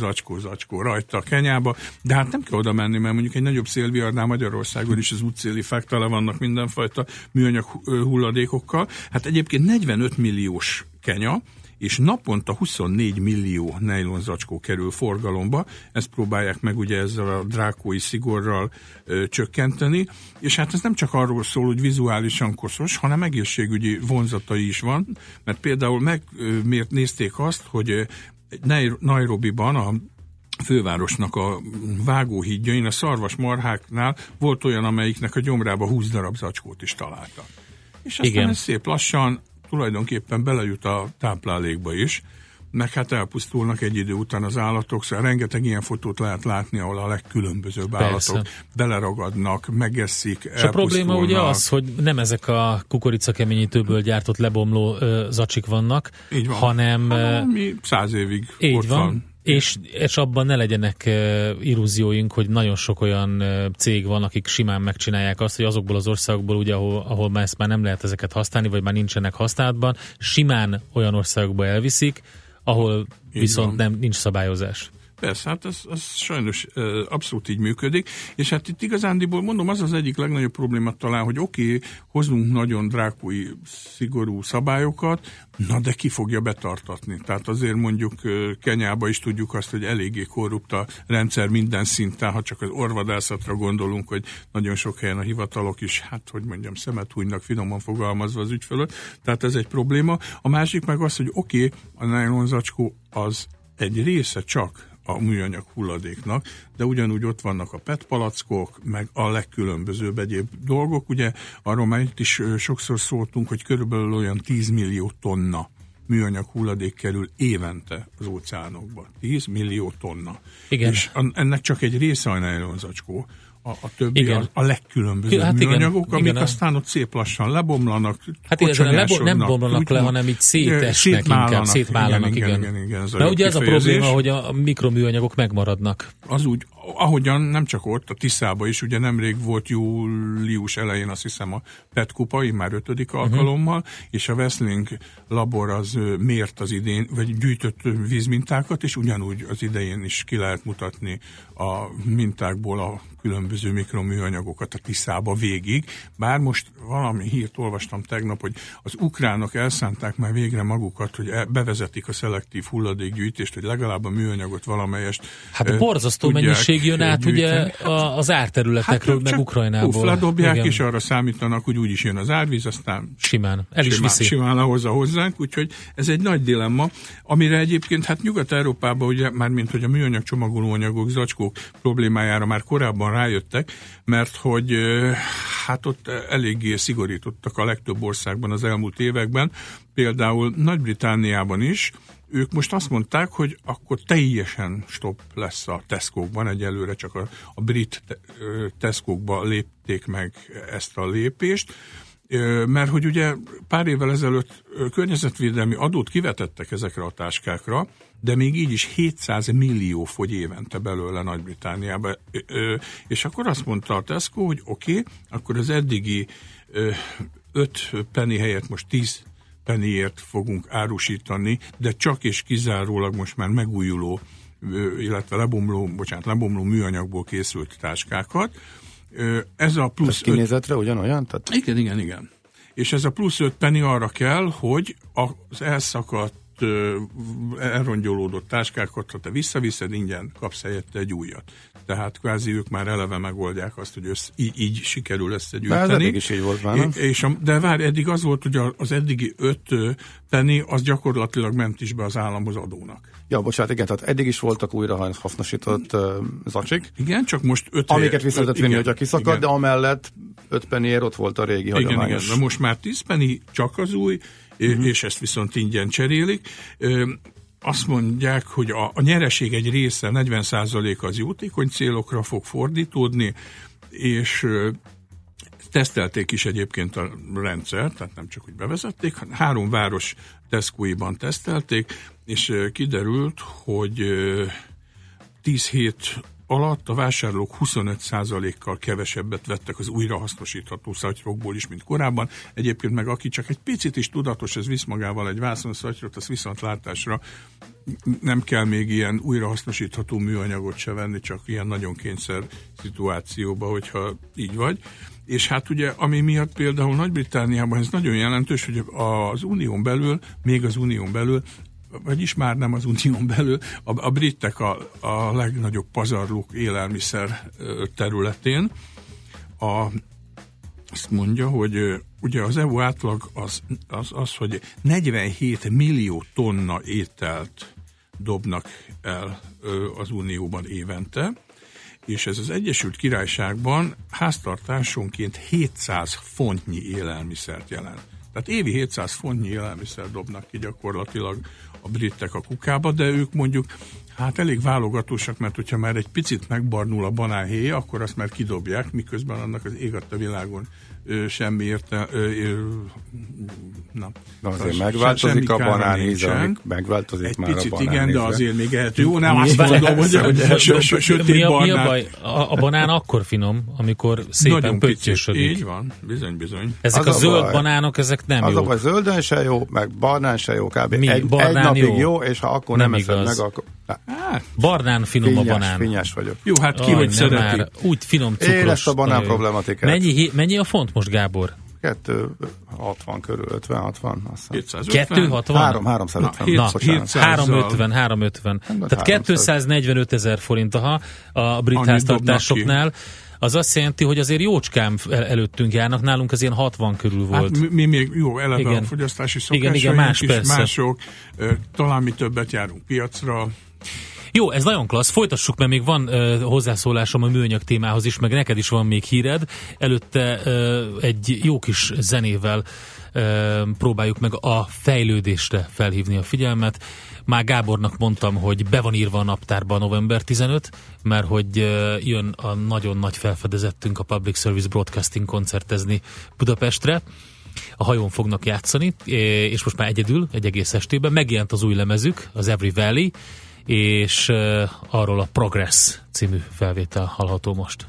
Speaker 11: rajta a Kenyába, de hát nem kell oda menni, mert mondjuk egy nagyobb szélviharnál Magyarországon is az útszéli fák tele vannak mindenfajta műanyag hulladékokkal. Hát egyébként 45 milliós Kenya, és naponta 24 millió nejlon zacskó kerül forgalomba, ezt próbálják meg ugye ezzel a drákói szigorral csökkenteni, és hát ez nem csak arról szól, hogy vizuálisan koszos, hanem egészségügyi vonzatai is van, mert például nézték azt, hogy Nairobiban a fővárosnak a vágóhídjain, a szarvasmarháknál volt olyan, amelyiknek a gyomrába 20 darab zacskót is találtak. És aztán ez szép lassan tulajdonképpen belejut a táplálékba is, meg hát elpusztulnak egy idő után az állatok, szóval rengeteg ilyen fotót lehet látni, ahol a legkülönbözőbb állatok beleragadnak, megeszik,
Speaker 3: és a probléma ugye az, hogy nem ezek a kukoricakeményítőből gyártott lebomló zacsik vannak, hanem
Speaker 11: mi 100 évig
Speaker 3: ott van. És abban ne legyenek illúzióink, hogy nagyon sok olyan cég van, akik simán megcsinálják azt, hogy azokból az országokból, ugye, ahol már ezt már nem lehet ezeket használni, vagy már nincsenek használatban, simán olyan országokba elviszik, ahol viszont nincs szabályozás.
Speaker 11: Persze, hát ez sajnos abszolút így működik, és hát itt igazándiból mondom, az egyik legnagyobb probléma talán, hogy hozunk nagyon drákói, szigorú szabályokat, na de ki fogja betartatni. Tehát azért mondjuk Kenyában is tudjuk azt, hogy eléggé korrupt a rendszer minden szinten, ha csak az orvadászatra gondolunk, hogy nagyon sok helyen a hivatalok is, hát hogy mondjam, szemet hújnak, finoman fogalmazva az ügy fölött. Tehát ez egy probléma. A másik meg az, hogy a nylon zacskó az egy része csak a műanyag hulladéknak, de ugyanúgy ott vannak a PET palackok, meg a legkülönbözőbb egyéb dolgok. Ugye arról már itt is sokszor szóltunk, hogy körülbelül olyan 10 millió tonna műanyag hulladék kerül évente az óceánokba. 10 millió tonna.
Speaker 3: Igen.
Speaker 11: És ennek csak egy része a nylon zacskó. A többi a legkülönbözőbb műanyagok, amik aztán ott szép lassan lebomlanak, kocsonyásodnak.
Speaker 3: Nem bomlanak le, hanem így szétesnek szétmálanak. Igen. De ugye ez a probléma, hogy a mikroműanyagok megmaradnak.
Speaker 11: Az úgy, ahogyan nem csak ott, a Tiszában is, ugye nemrég volt július elején, azt hiszem a PET kupa, már 5. alkalommal, és a Wrestling Labor az mért az idén, vagy gyűjtött vízmintákat, és ugyanúgy az idején is ki lehet mutatni a mintákból a különböző mikroműanyagokat a Tiszába végig. Bár most valami hírt olvastam tegnap, hogy az ukránok elszánták már végre magukat, hogy bevezetik a szelektív hulladékgyűjtést, hogy legalább a műanyagot valamelyest
Speaker 3: hát borzasztó mennyiség jön át ugye az árterületekről, hát, meg Ukrajnából.
Speaker 11: Ledobják, igen. És arra számítanak, hogy úgyis jön az árvíz, aztán
Speaker 3: simán
Speaker 11: lehozza hozzánk, úgyhogy ez egy nagy dilemma, amire egyébként hát Nyugat-Európában ugye már mint hogy a műanyag csomagolóanyagok, zacskók problémájára már korábban rájöttek, mert hogy hát ott eléggé szigorítottak a legtöbb országban az elmúlt években, például Nagy-Britanniában is. Ők most azt mondták, hogy akkor teljesen stop lesz a Tesco-kban, egyelőre csak a brit Tesco-kba lépték meg ezt a lépést, mert hogy ugye pár évvel ezelőtt környezetvédelmi adót kivetettek ezekre a táskákra, de még így is 700 millió fogy évente belőle Nagy-Britanniába. És akkor azt mondta a Tesco, hogy oké, akkor az eddigi 5 penny helyett most 10 pennyért fogunk árusítani, de csak és kizárólag most már megújuló, illetve lebomló műanyagból készült táskákat. Ez a plusz
Speaker 2: ez kinézetre ugyanolyan? Tehát...
Speaker 11: Igen. És ez a plusz 5 penny arra kell, hogy az elszakadt, elrongyolódott táskákat, ha te visszaviszed, ingyen kapsz helyette egy újat. Tehát kvázi ők már eleve megoldják azt, hogy így sikerül összegyűjteni.
Speaker 2: De ez eddig is így volt már, nem?
Speaker 11: De várj, eddig az volt, hogy az eddigi 5 penny, az gyakorlatilag ment is be az államhoz adónak.
Speaker 2: Ja, bocsánat, igen, tehát eddig is voltak újra hasznosított zacsik.
Speaker 11: Igen, csak most 5
Speaker 2: amiket vissza lehetett vinni, hogyha kiszakad, igen. De amellett 5 pennyért ott volt a régi hagyományos.
Speaker 11: Igen, de most már 10 penny csak az új, és ezt viszont ingyen cserélik. Azt mondják, hogy a nyereség egy része, 40% az jótékony célokra fog fordítódni, és tesztelték is egyébként a rendszert, tehát nem csak, hogy bevezették, hanem 3 város Tesco-iban tesztelték, és kiderült, hogy 10 hét alatt a vásárlók 25%-kal kevesebbet vettek az újrahasznosítható szatyrokból is, mint korábban. Egyébként meg aki csak egy picit is tudatos, ez visz magával egy vászonszatyrot, az viszontlátásra nem kell még ilyen újrahasznosítható műanyagot se venni, csak ilyen nagyon kényszer szituációba, hogyha így vagy. És hát ugye, ami miatt például Nagy-Britanniában ez nagyon jelentős, hogy az unión belül, még az unión belül, vagyis már nem az unión belül, a britek a legnagyobb pazarlók élelmiszer területén. Azt mondja, hogy ugye az EU átlag az, hogy 47 millió tonna ételt dobnak el az unióban évente, és ez az Egyesült Királyságban háztartásonként 700 fontnyi élelmiszert jelent. Tehát évi 700 fontnyi élelmiszer dobnak ki gyakorlatilag a britek a kukába, de ők mondjuk hát elég válogatósak, mert hogyha már egy picit megbarnul a banánhéja, akkor azt már kidobják, miközben annak az ég adta világon semmi
Speaker 2: azért megváltozik a banánhéza, megváltozik már a banánhéza.
Speaker 11: Egy picit igen, de azért még ehető. Jó, nem azt mondom, hogy sötét barnát.
Speaker 3: Mi a baj? A banán akkor finom, amikor szépen pöttyösödik.
Speaker 11: Így van, bizony.
Speaker 3: Ezek a zöld banánok, ezek nem jók.
Speaker 2: Az a baj, zölden se jó, meg barnán se jó, kb. Egy napig jó, és ha akkor nem eszed meg, akkor...
Speaker 3: Barnán finom a banán.
Speaker 2: Finnyás vagyok.
Speaker 11: Jó, hát ki hogy szereti.
Speaker 3: Úgy finom, cukros.
Speaker 2: Én ezt a banán problematikát.
Speaker 3: Mennyi a font most, Gábor?
Speaker 2: 260 körül, 50-60.
Speaker 3: 260?
Speaker 2: 350.
Speaker 3: 350. Tehát 245 000 forint a brit háztartásoknál. Az azt jelenti, hogy azért jócskán előttünk járnak, nálunk az ilyen 60 körül volt.
Speaker 11: Hát mi még jó, eleve a fogyasztási szokásaink is mások, talán mi többet járunk piacra.
Speaker 3: Jó, ez nagyon klassz, folytassuk, mert még van hozzászólásom a műanyag témához is, meg neked is van még híred. Előtte egy jó kis zenével próbáljuk meg a fejlődésre felhívni a figyelmet. Már Gábornak mondtam, hogy be van írva a naptárban november 15, mert hogy jön a nagyon nagy felfedezettünk a Public Service Broadcasting koncertezni Budapestre. A hajón fognak játszani, és most már egyedül, egy egész estében. Megjelent az új lemezük, az Every Valley, és arról a Progress című felvétel hallható most.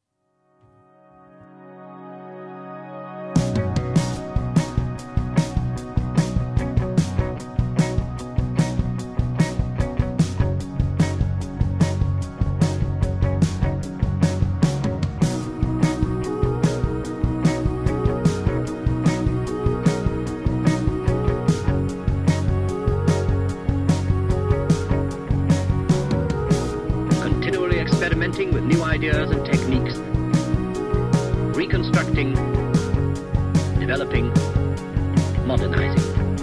Speaker 12: With new ideas and techniques, reconstructing, developing, modernizing.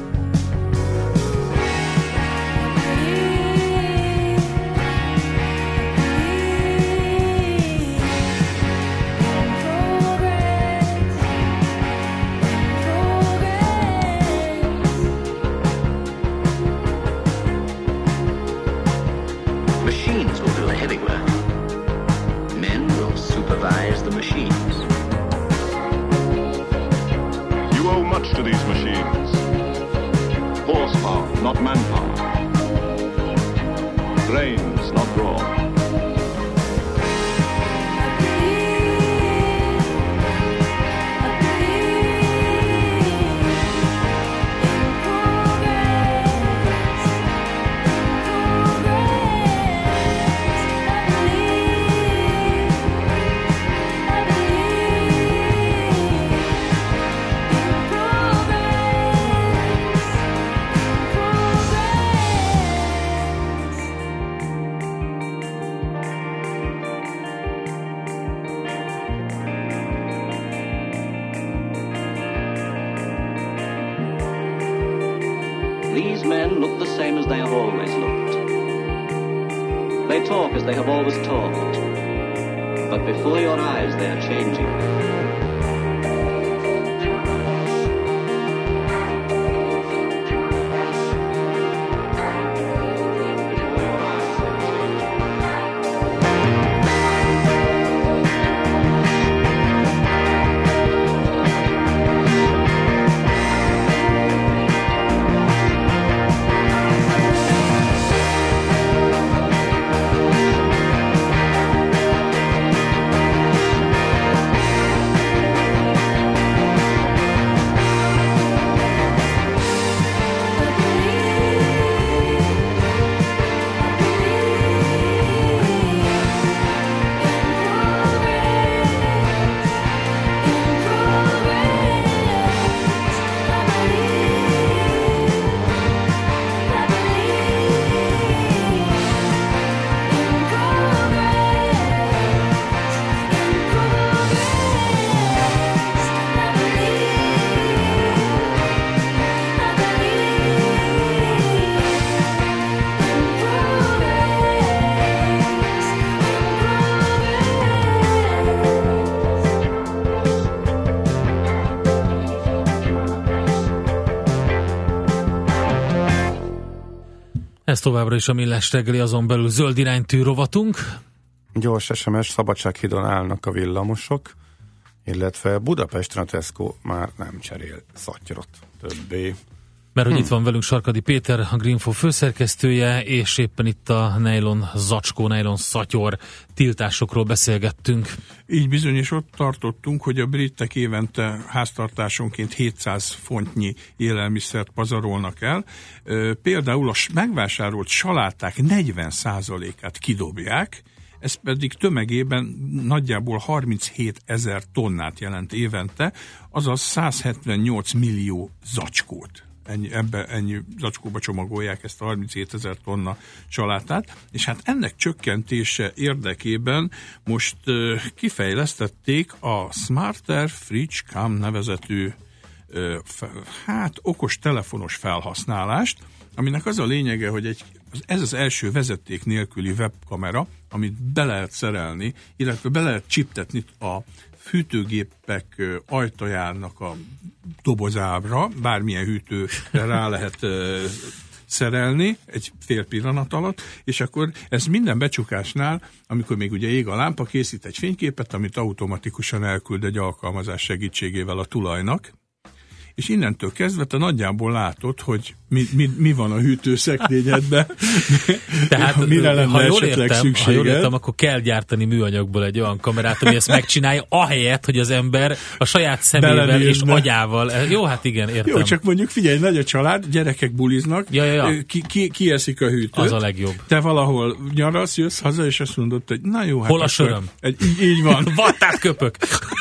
Speaker 12: Machines will do the heavy work. Supervise the machines.
Speaker 13: You owe much to these machines. Horsepower, not manpower. Brains, not brawn.
Speaker 12: These men look the same as they have always looked. They talk as they have always talked. But before your eyes they are changing.
Speaker 3: Ez továbbra is a Millás reggeli, azon belül zöld iránytű rovatunk.
Speaker 2: Gyors SMS, Szabadsághídon állnak a villamosok, illetve Budapesten a Tesco már nem cserél szatyrot többé.
Speaker 3: Mert hogy itt van velünk Sarkadi Péter, a Greenfo főszerkesztője, és éppen itt a nylon zacskó, nylon szatyor tiltásokról beszélgettünk.
Speaker 11: Így bizony, és ott tartottunk, hogy a britek évente háztartásonként 700 fontnyi élelmiszert pazarolnak el. Például a megvásárolt saláták 40%-át kidobják, ez pedig tömegében nagyjából 37 000 tonnát jelent évente, azaz 178 millió zacskót. Ennyi zacskóba csomagolják ezt a 37 000 tonna salátát, és hát ennek csökkentése érdekében most kifejlesztették a Smarter Fridge Cam nevezetű okos telefonos felhasználást, aminek az a lényege, hogy ez az első vezeték nélküli webkamera, amit be lehet szerelni, illetve be lehet csiptetni a hűtőgépek ajtajának a dobozára, bármilyen hűtőre rá lehet szerelni egy fél pillanat alatt, és akkor ez minden becsukásnál, amikor még ugye ég a lámpa, készít egy fényképet, amit automatikusan elküld egy alkalmazás segítségével a tulajnak, és innentől kezdve te nagyjából látod, hogy mi van a hűtőszekrényedben,
Speaker 3: tehát,
Speaker 11: mire lenne
Speaker 3: ha jól értem, akkor kell gyártani műanyagból egy olyan kamerát, ami ezt megcsinálja, ahelyett, hogy az ember a saját szemével és agyával. Jó, hát igen, értem.
Speaker 11: Jó, csak mondjuk figyelj, nagy a család, gyerekek buliznak, ki eszik a hűtőt.
Speaker 3: Az a legjobb.
Speaker 11: Te valahol nyaralsz, jössz haza, és azt mondod, hogy na jó, hát
Speaker 3: hol a söröm?
Speaker 11: Így van.
Speaker 3: Vattát köpök.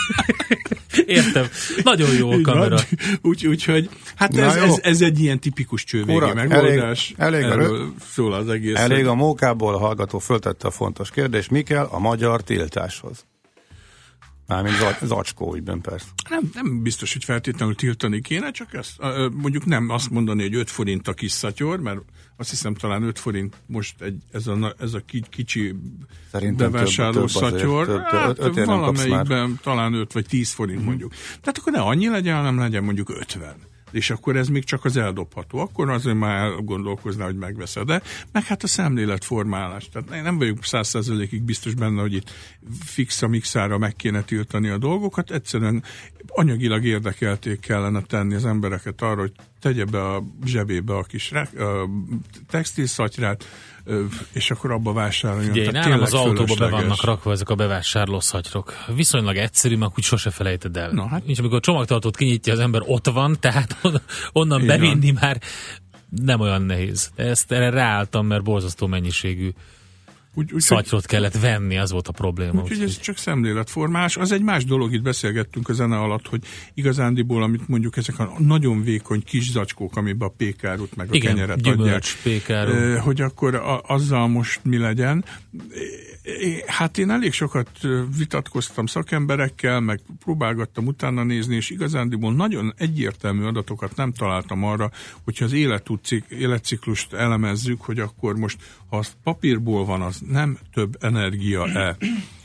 Speaker 3: Értem. Nagyon jó a kamera.
Speaker 11: Úgyhogy, hát ez egy ilyen tipikus csővégi megoldás. Erről szól az egész.
Speaker 2: Elég a mókából, a hallgató föltette a fontos kérdést. Mi kell a magyar tiltáshoz? Mármint zacskó ügyben persze.
Speaker 11: Nem biztos, hogy feltétlenül tiltani kéne, csak ezt, mondjuk nem azt mondani, hogy 5 forint a kis szatyor, mert azt hiszem talán 5 forint most ez a kicsi bevásárló szatyor. Valamelyikben talán 5 vagy 10 forint mondjuk. Tehát akkor ne annyi legyen, hanem legyen mondjuk 50. És akkor ez még csak az eldobható. Akkor azért már elgondolkozná, hogy megveszed. De meg hát a szemléletformálás. Tehát nem vagyok 100%-ig biztos benne, hogy itt fix a mixára meg kéne tiltani a dolgokat. Egyszerűen anyagilag érdekelték kellene tenni az embereket arra, hogy tegye be a zsebébe a kis textilszatyrát, és akkor abba vásároljon.
Speaker 3: Ugye, nálam az autóba be vannak rakva ezek a bevásárló szatyrok. Viszonylag egyszerű, mert úgy sose felejted el.
Speaker 11: Na, hát.
Speaker 3: És amikor a csomagtartót kinyitja az ember, ott van, tehát onnan így bevinni van. Már nem olyan nehéz. Erre ráálltam, mert borzasztó mennyiségű szatyrot kellett venni, az volt a probléma.
Speaker 11: Úgyhogy ez csak szemléletformás. Az egy más dolog, itt beszélgettünk a zene alatt, hogy igazándiból, amit mondjuk ezek a nagyon vékony kis zacskók, amiben a pékárút meg a kenyeret
Speaker 3: gyümölcs,
Speaker 11: adják, hogy akkor azzal most mi legyen. Hát én elég sokat vitatkoztam szakemberekkel, meg próbálgattam utána nézni, és igazándiból nagyon egyértelmű adatokat nem találtam arra, hogyha az életciklust elemezzük, hogy akkor most, ha az papírból van, az nem több energia-e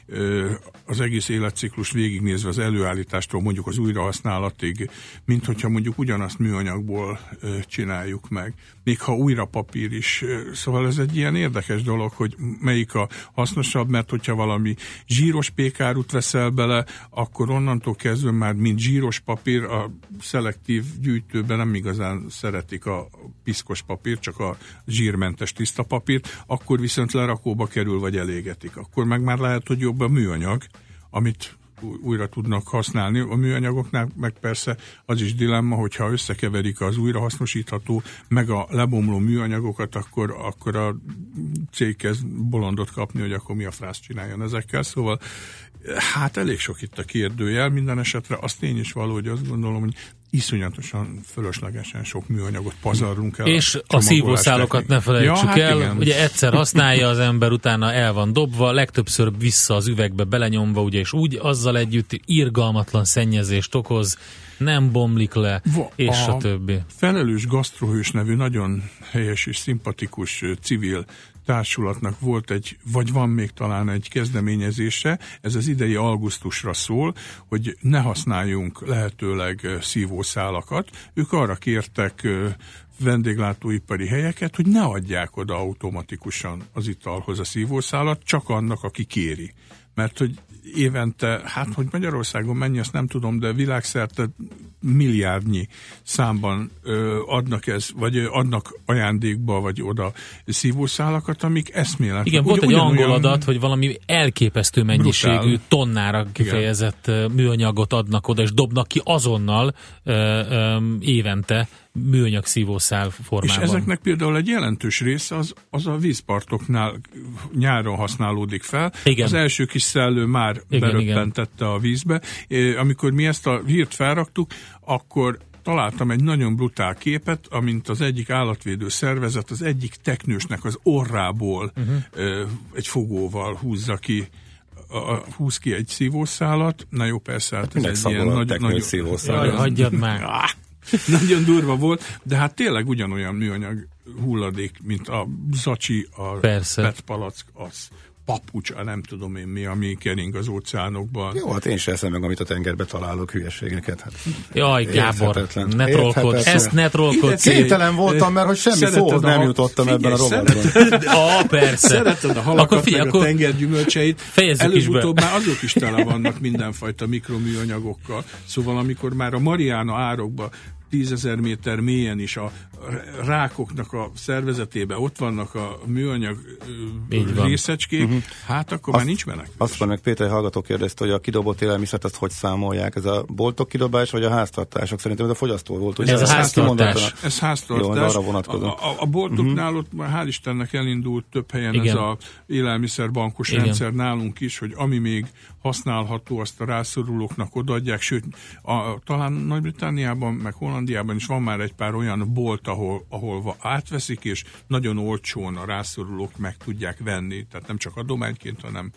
Speaker 11: az egész életciklus végignézve az előállítástól mondjuk az újrahasználatig, mint hogyha mondjuk ugyanazt műanyagból csináljuk meg. Még ha újra papír is. Szóval ez egy ilyen érdekes dolog, hogy melyik a hasznosabb, mert hogyha valami zsíros pékárút veszel bele, akkor onnantól kezdve már mint zsíros papír a szelektív gyűjtőben nem igazán szeretik a piszkos papír, csak a zsírmentes tiszta papírt, akkor viszont lerakóba kerül, vagy elégetik. Akkor meg már lehet, hogy jobb a műanyag, amit újra tudnak használni. A műanyagoknál meg persze az is dilemma, hogyha összekeverik az újrahasznosítható meg a lebomló műanyagokat, akkor a cég kezd bolondot kapni, hogy akkor mi a frász csináljon ezekkel. Szóval hát elég sok itt a kérdőjel, minden esetre az tény is való, hogy azt gondolom, hogy iszonyatosan fölöslegesen sok műanyagot pazarlunk el.
Speaker 3: És a szívószálokat ne felejtsük el. Igen. Ugye egyszer használja az ember, utána el van dobva, legtöbbször vissza az üvegbe belenyomva, ugye, és úgy azzal együtt irgalmatlan szennyezést okoz, nem bomlik le, és a többi.
Speaker 11: Felelős Gasztrohős nevű nagyon helyes és szimpatikus civil társulatnak volt vagy van még talán egy kezdeményezése, ez az idei augusztusra szól, hogy ne használjunk lehetőleg szívószálakat. Ők arra kértek vendéglátóipari helyeket, hogy ne adják oda automatikusan az italhoz a szívószálat, csak annak, aki kéri. Mert hogy évente, hát hogy Magyarországon mennyi, azt nem tudom, de világszerte milliárdnyi számban adnak ajándékba, vagy oda szívószálakat, amik eszméletlen.
Speaker 3: Igen, volt egy angol adat, hogy valami elképesztő mennyiségű tonnára kifejezett műanyagot adnak oda, és dobnak ki azonnal évente műanyag szívószál formában.
Speaker 11: És ezeknek például egy jelentős része az a vízpartoknál nyáron használódik fel.
Speaker 3: Igen.
Speaker 11: Az első kis szellő már beröppentette a vízbe. Amikor mi ezt a hírt felraktuk, akkor találtam egy nagyon brutál képet, amint az egyik állatvédő szervezet az egyik teknősnek az orrából egy fogóval húz ki egy szívószálat. Na jó, persze, hát ez egy ilyen nagy
Speaker 2: szívószál.
Speaker 3: Hagyjad már.
Speaker 11: Nagyon durva volt, de hát tényleg ugyanolyan műanyag hulladék, mint a zacsi, a petpalack, az papucs, nem tudom én mi, ami kering az óceánokban.
Speaker 2: Jó, hát én sem eszem meg, amit a tengerbe találok, hülyeségeket. Hát,
Speaker 3: jaj, Gábor, ne trollkod, ezt ne trollkod.
Speaker 2: Kénytelen voltam, mert hogy semmi szóhoz nem jutottam ebben a rovatban.
Speaker 3: Persze.
Speaker 11: Szereted a halakat, meg a tengergyümölcseit. Előbb-utóbb már azok is tele vannak mindenfajta mikroműanyagokkal. Szóval amikor már a Mariana árokba 10 000 méter mélyen is a rákoknak a szervezetében ott vannak a műanyag részecskék, hát akkor már nincs menekvés.
Speaker 2: Azt van, meg Péter hallgató kérdezte, hogy a kidobott élelmiszert azt hogy számolják? Ez a boltok kidobás, vagy a háztartások? Szerintem ez a fogyasztó volt. Ugye?
Speaker 3: Ez a háztartás.
Speaker 11: Ez háztartás.
Speaker 2: Jó, arra vonatkozó.
Speaker 11: A boltoknál ott már hál' Istennek elindult több helyen ez az élelmiszerbankos rendszer nálunk is, hogy ami még használható, azt a rászorulóknak odaadják, sőt, talán Nagy-Britanniában, meg Hollandiában is van már egy pár olyan bolt, ahol átveszik, és nagyon olcsón a rászorulók meg tudják venni, tehát nem csak adományként, hanem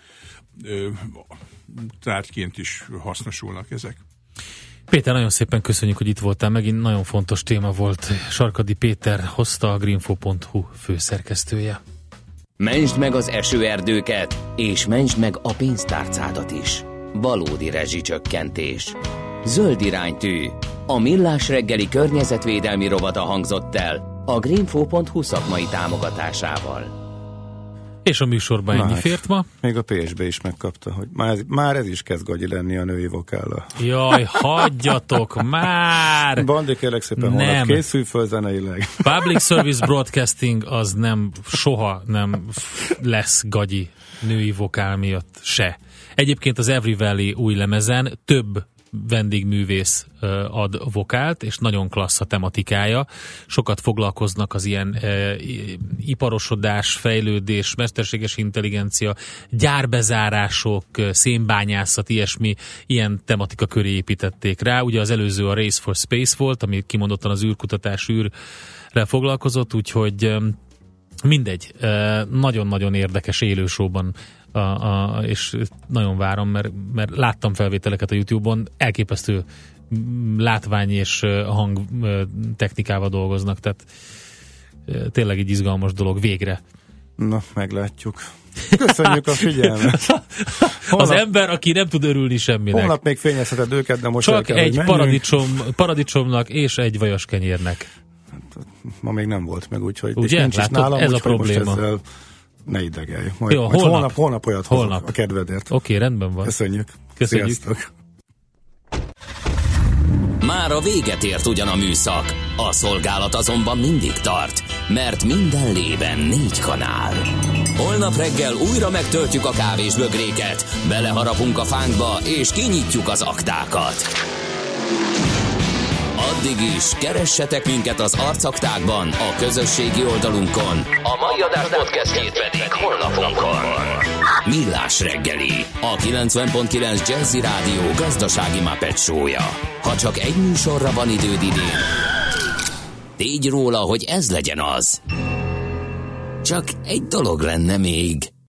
Speaker 11: tárgyként is hasznosulnak ezek.
Speaker 3: Péter, nagyon szépen köszönjük, hogy itt voltál, megint nagyon fontos téma volt. Sarkadi Péter hozta, a greenfo.hu főszerkesztője.
Speaker 1: Mentsd meg az esőerdőket, és mentsd meg a pénztárcádat is. Valódi rezsicsökkentés. Zöld iránytű. A Millás reggeli környezetvédelmi rovata hangzott el a greenfo.hu szakmai támogatásával.
Speaker 3: És a műsorban ennyi fért ma.
Speaker 2: Még a PSB is megkapta, hogy már ez is kezd gagyi lenni a női vokállal.
Speaker 3: Jaj, hagyjatok már!
Speaker 2: Bandi, kérlek szépen, holnap készülj föl zeneileg.
Speaker 3: Public Service Broadcasting az nem, soha nem lesz gagyi női vokál miatt se. Egyébként az Every Valley új lemezen több vendégművész ad vokált, és nagyon klassz a tematikája. Sokat foglalkoznak az ilyen iparosodás, fejlődés, mesterséges intelligencia, gyárbezárások, szénbányászat, ilyesmi, ilyen tematika köré építették rá. Ugye az előző a Race for Space volt, ami kimondottan az űrkutatás, űrrel foglalkozott, úgyhogy mindegy, nagyon-nagyon érdekes élősóban és nagyon várom, mert láttam felvételeket a YouTube-on, elképesztő látvány és hang technikával dolgoznak, tehát tényleg egy izgalmas dolog végre.
Speaker 2: Na, meglátjuk. Köszönjük a figyelmet.
Speaker 3: Az ember, aki nem tud örülni semminek.
Speaker 2: Holnap még fényezheted őket, de most
Speaker 3: csak egy paradicsomnak és egy vajas kenyérnek.
Speaker 2: Ma még nem volt meg, úgyhogy
Speaker 3: ugye?
Speaker 2: Nincs is nálam,
Speaker 3: ez a probléma.
Speaker 2: Ne idegelj. Majd holnap olyat hozok a kedvedért.
Speaker 3: Oké, rendben van.
Speaker 2: Köszönjük.
Speaker 3: Sziasztok.
Speaker 1: Már a véget ért ugyan a műszak, a szolgálat azonban mindig tart, mert minden lében 4 kanál. Holnap reggel újra megtöltjük a kávés bögréket, beleharapunk a fánkba és kinyitjuk az aktákat. Addig is keressetek minket az arcaktákban, a közösségi oldalunkon. A mai adás podcastjét pedig honlapunkon. Millás reggeli, a 90.9 Jazzy Rádió gazdasági Muppet show-ja. Ha csak egy műsorra van időd idén, tégy róla, hogy ez legyen az. Csak egy dolog lenne még.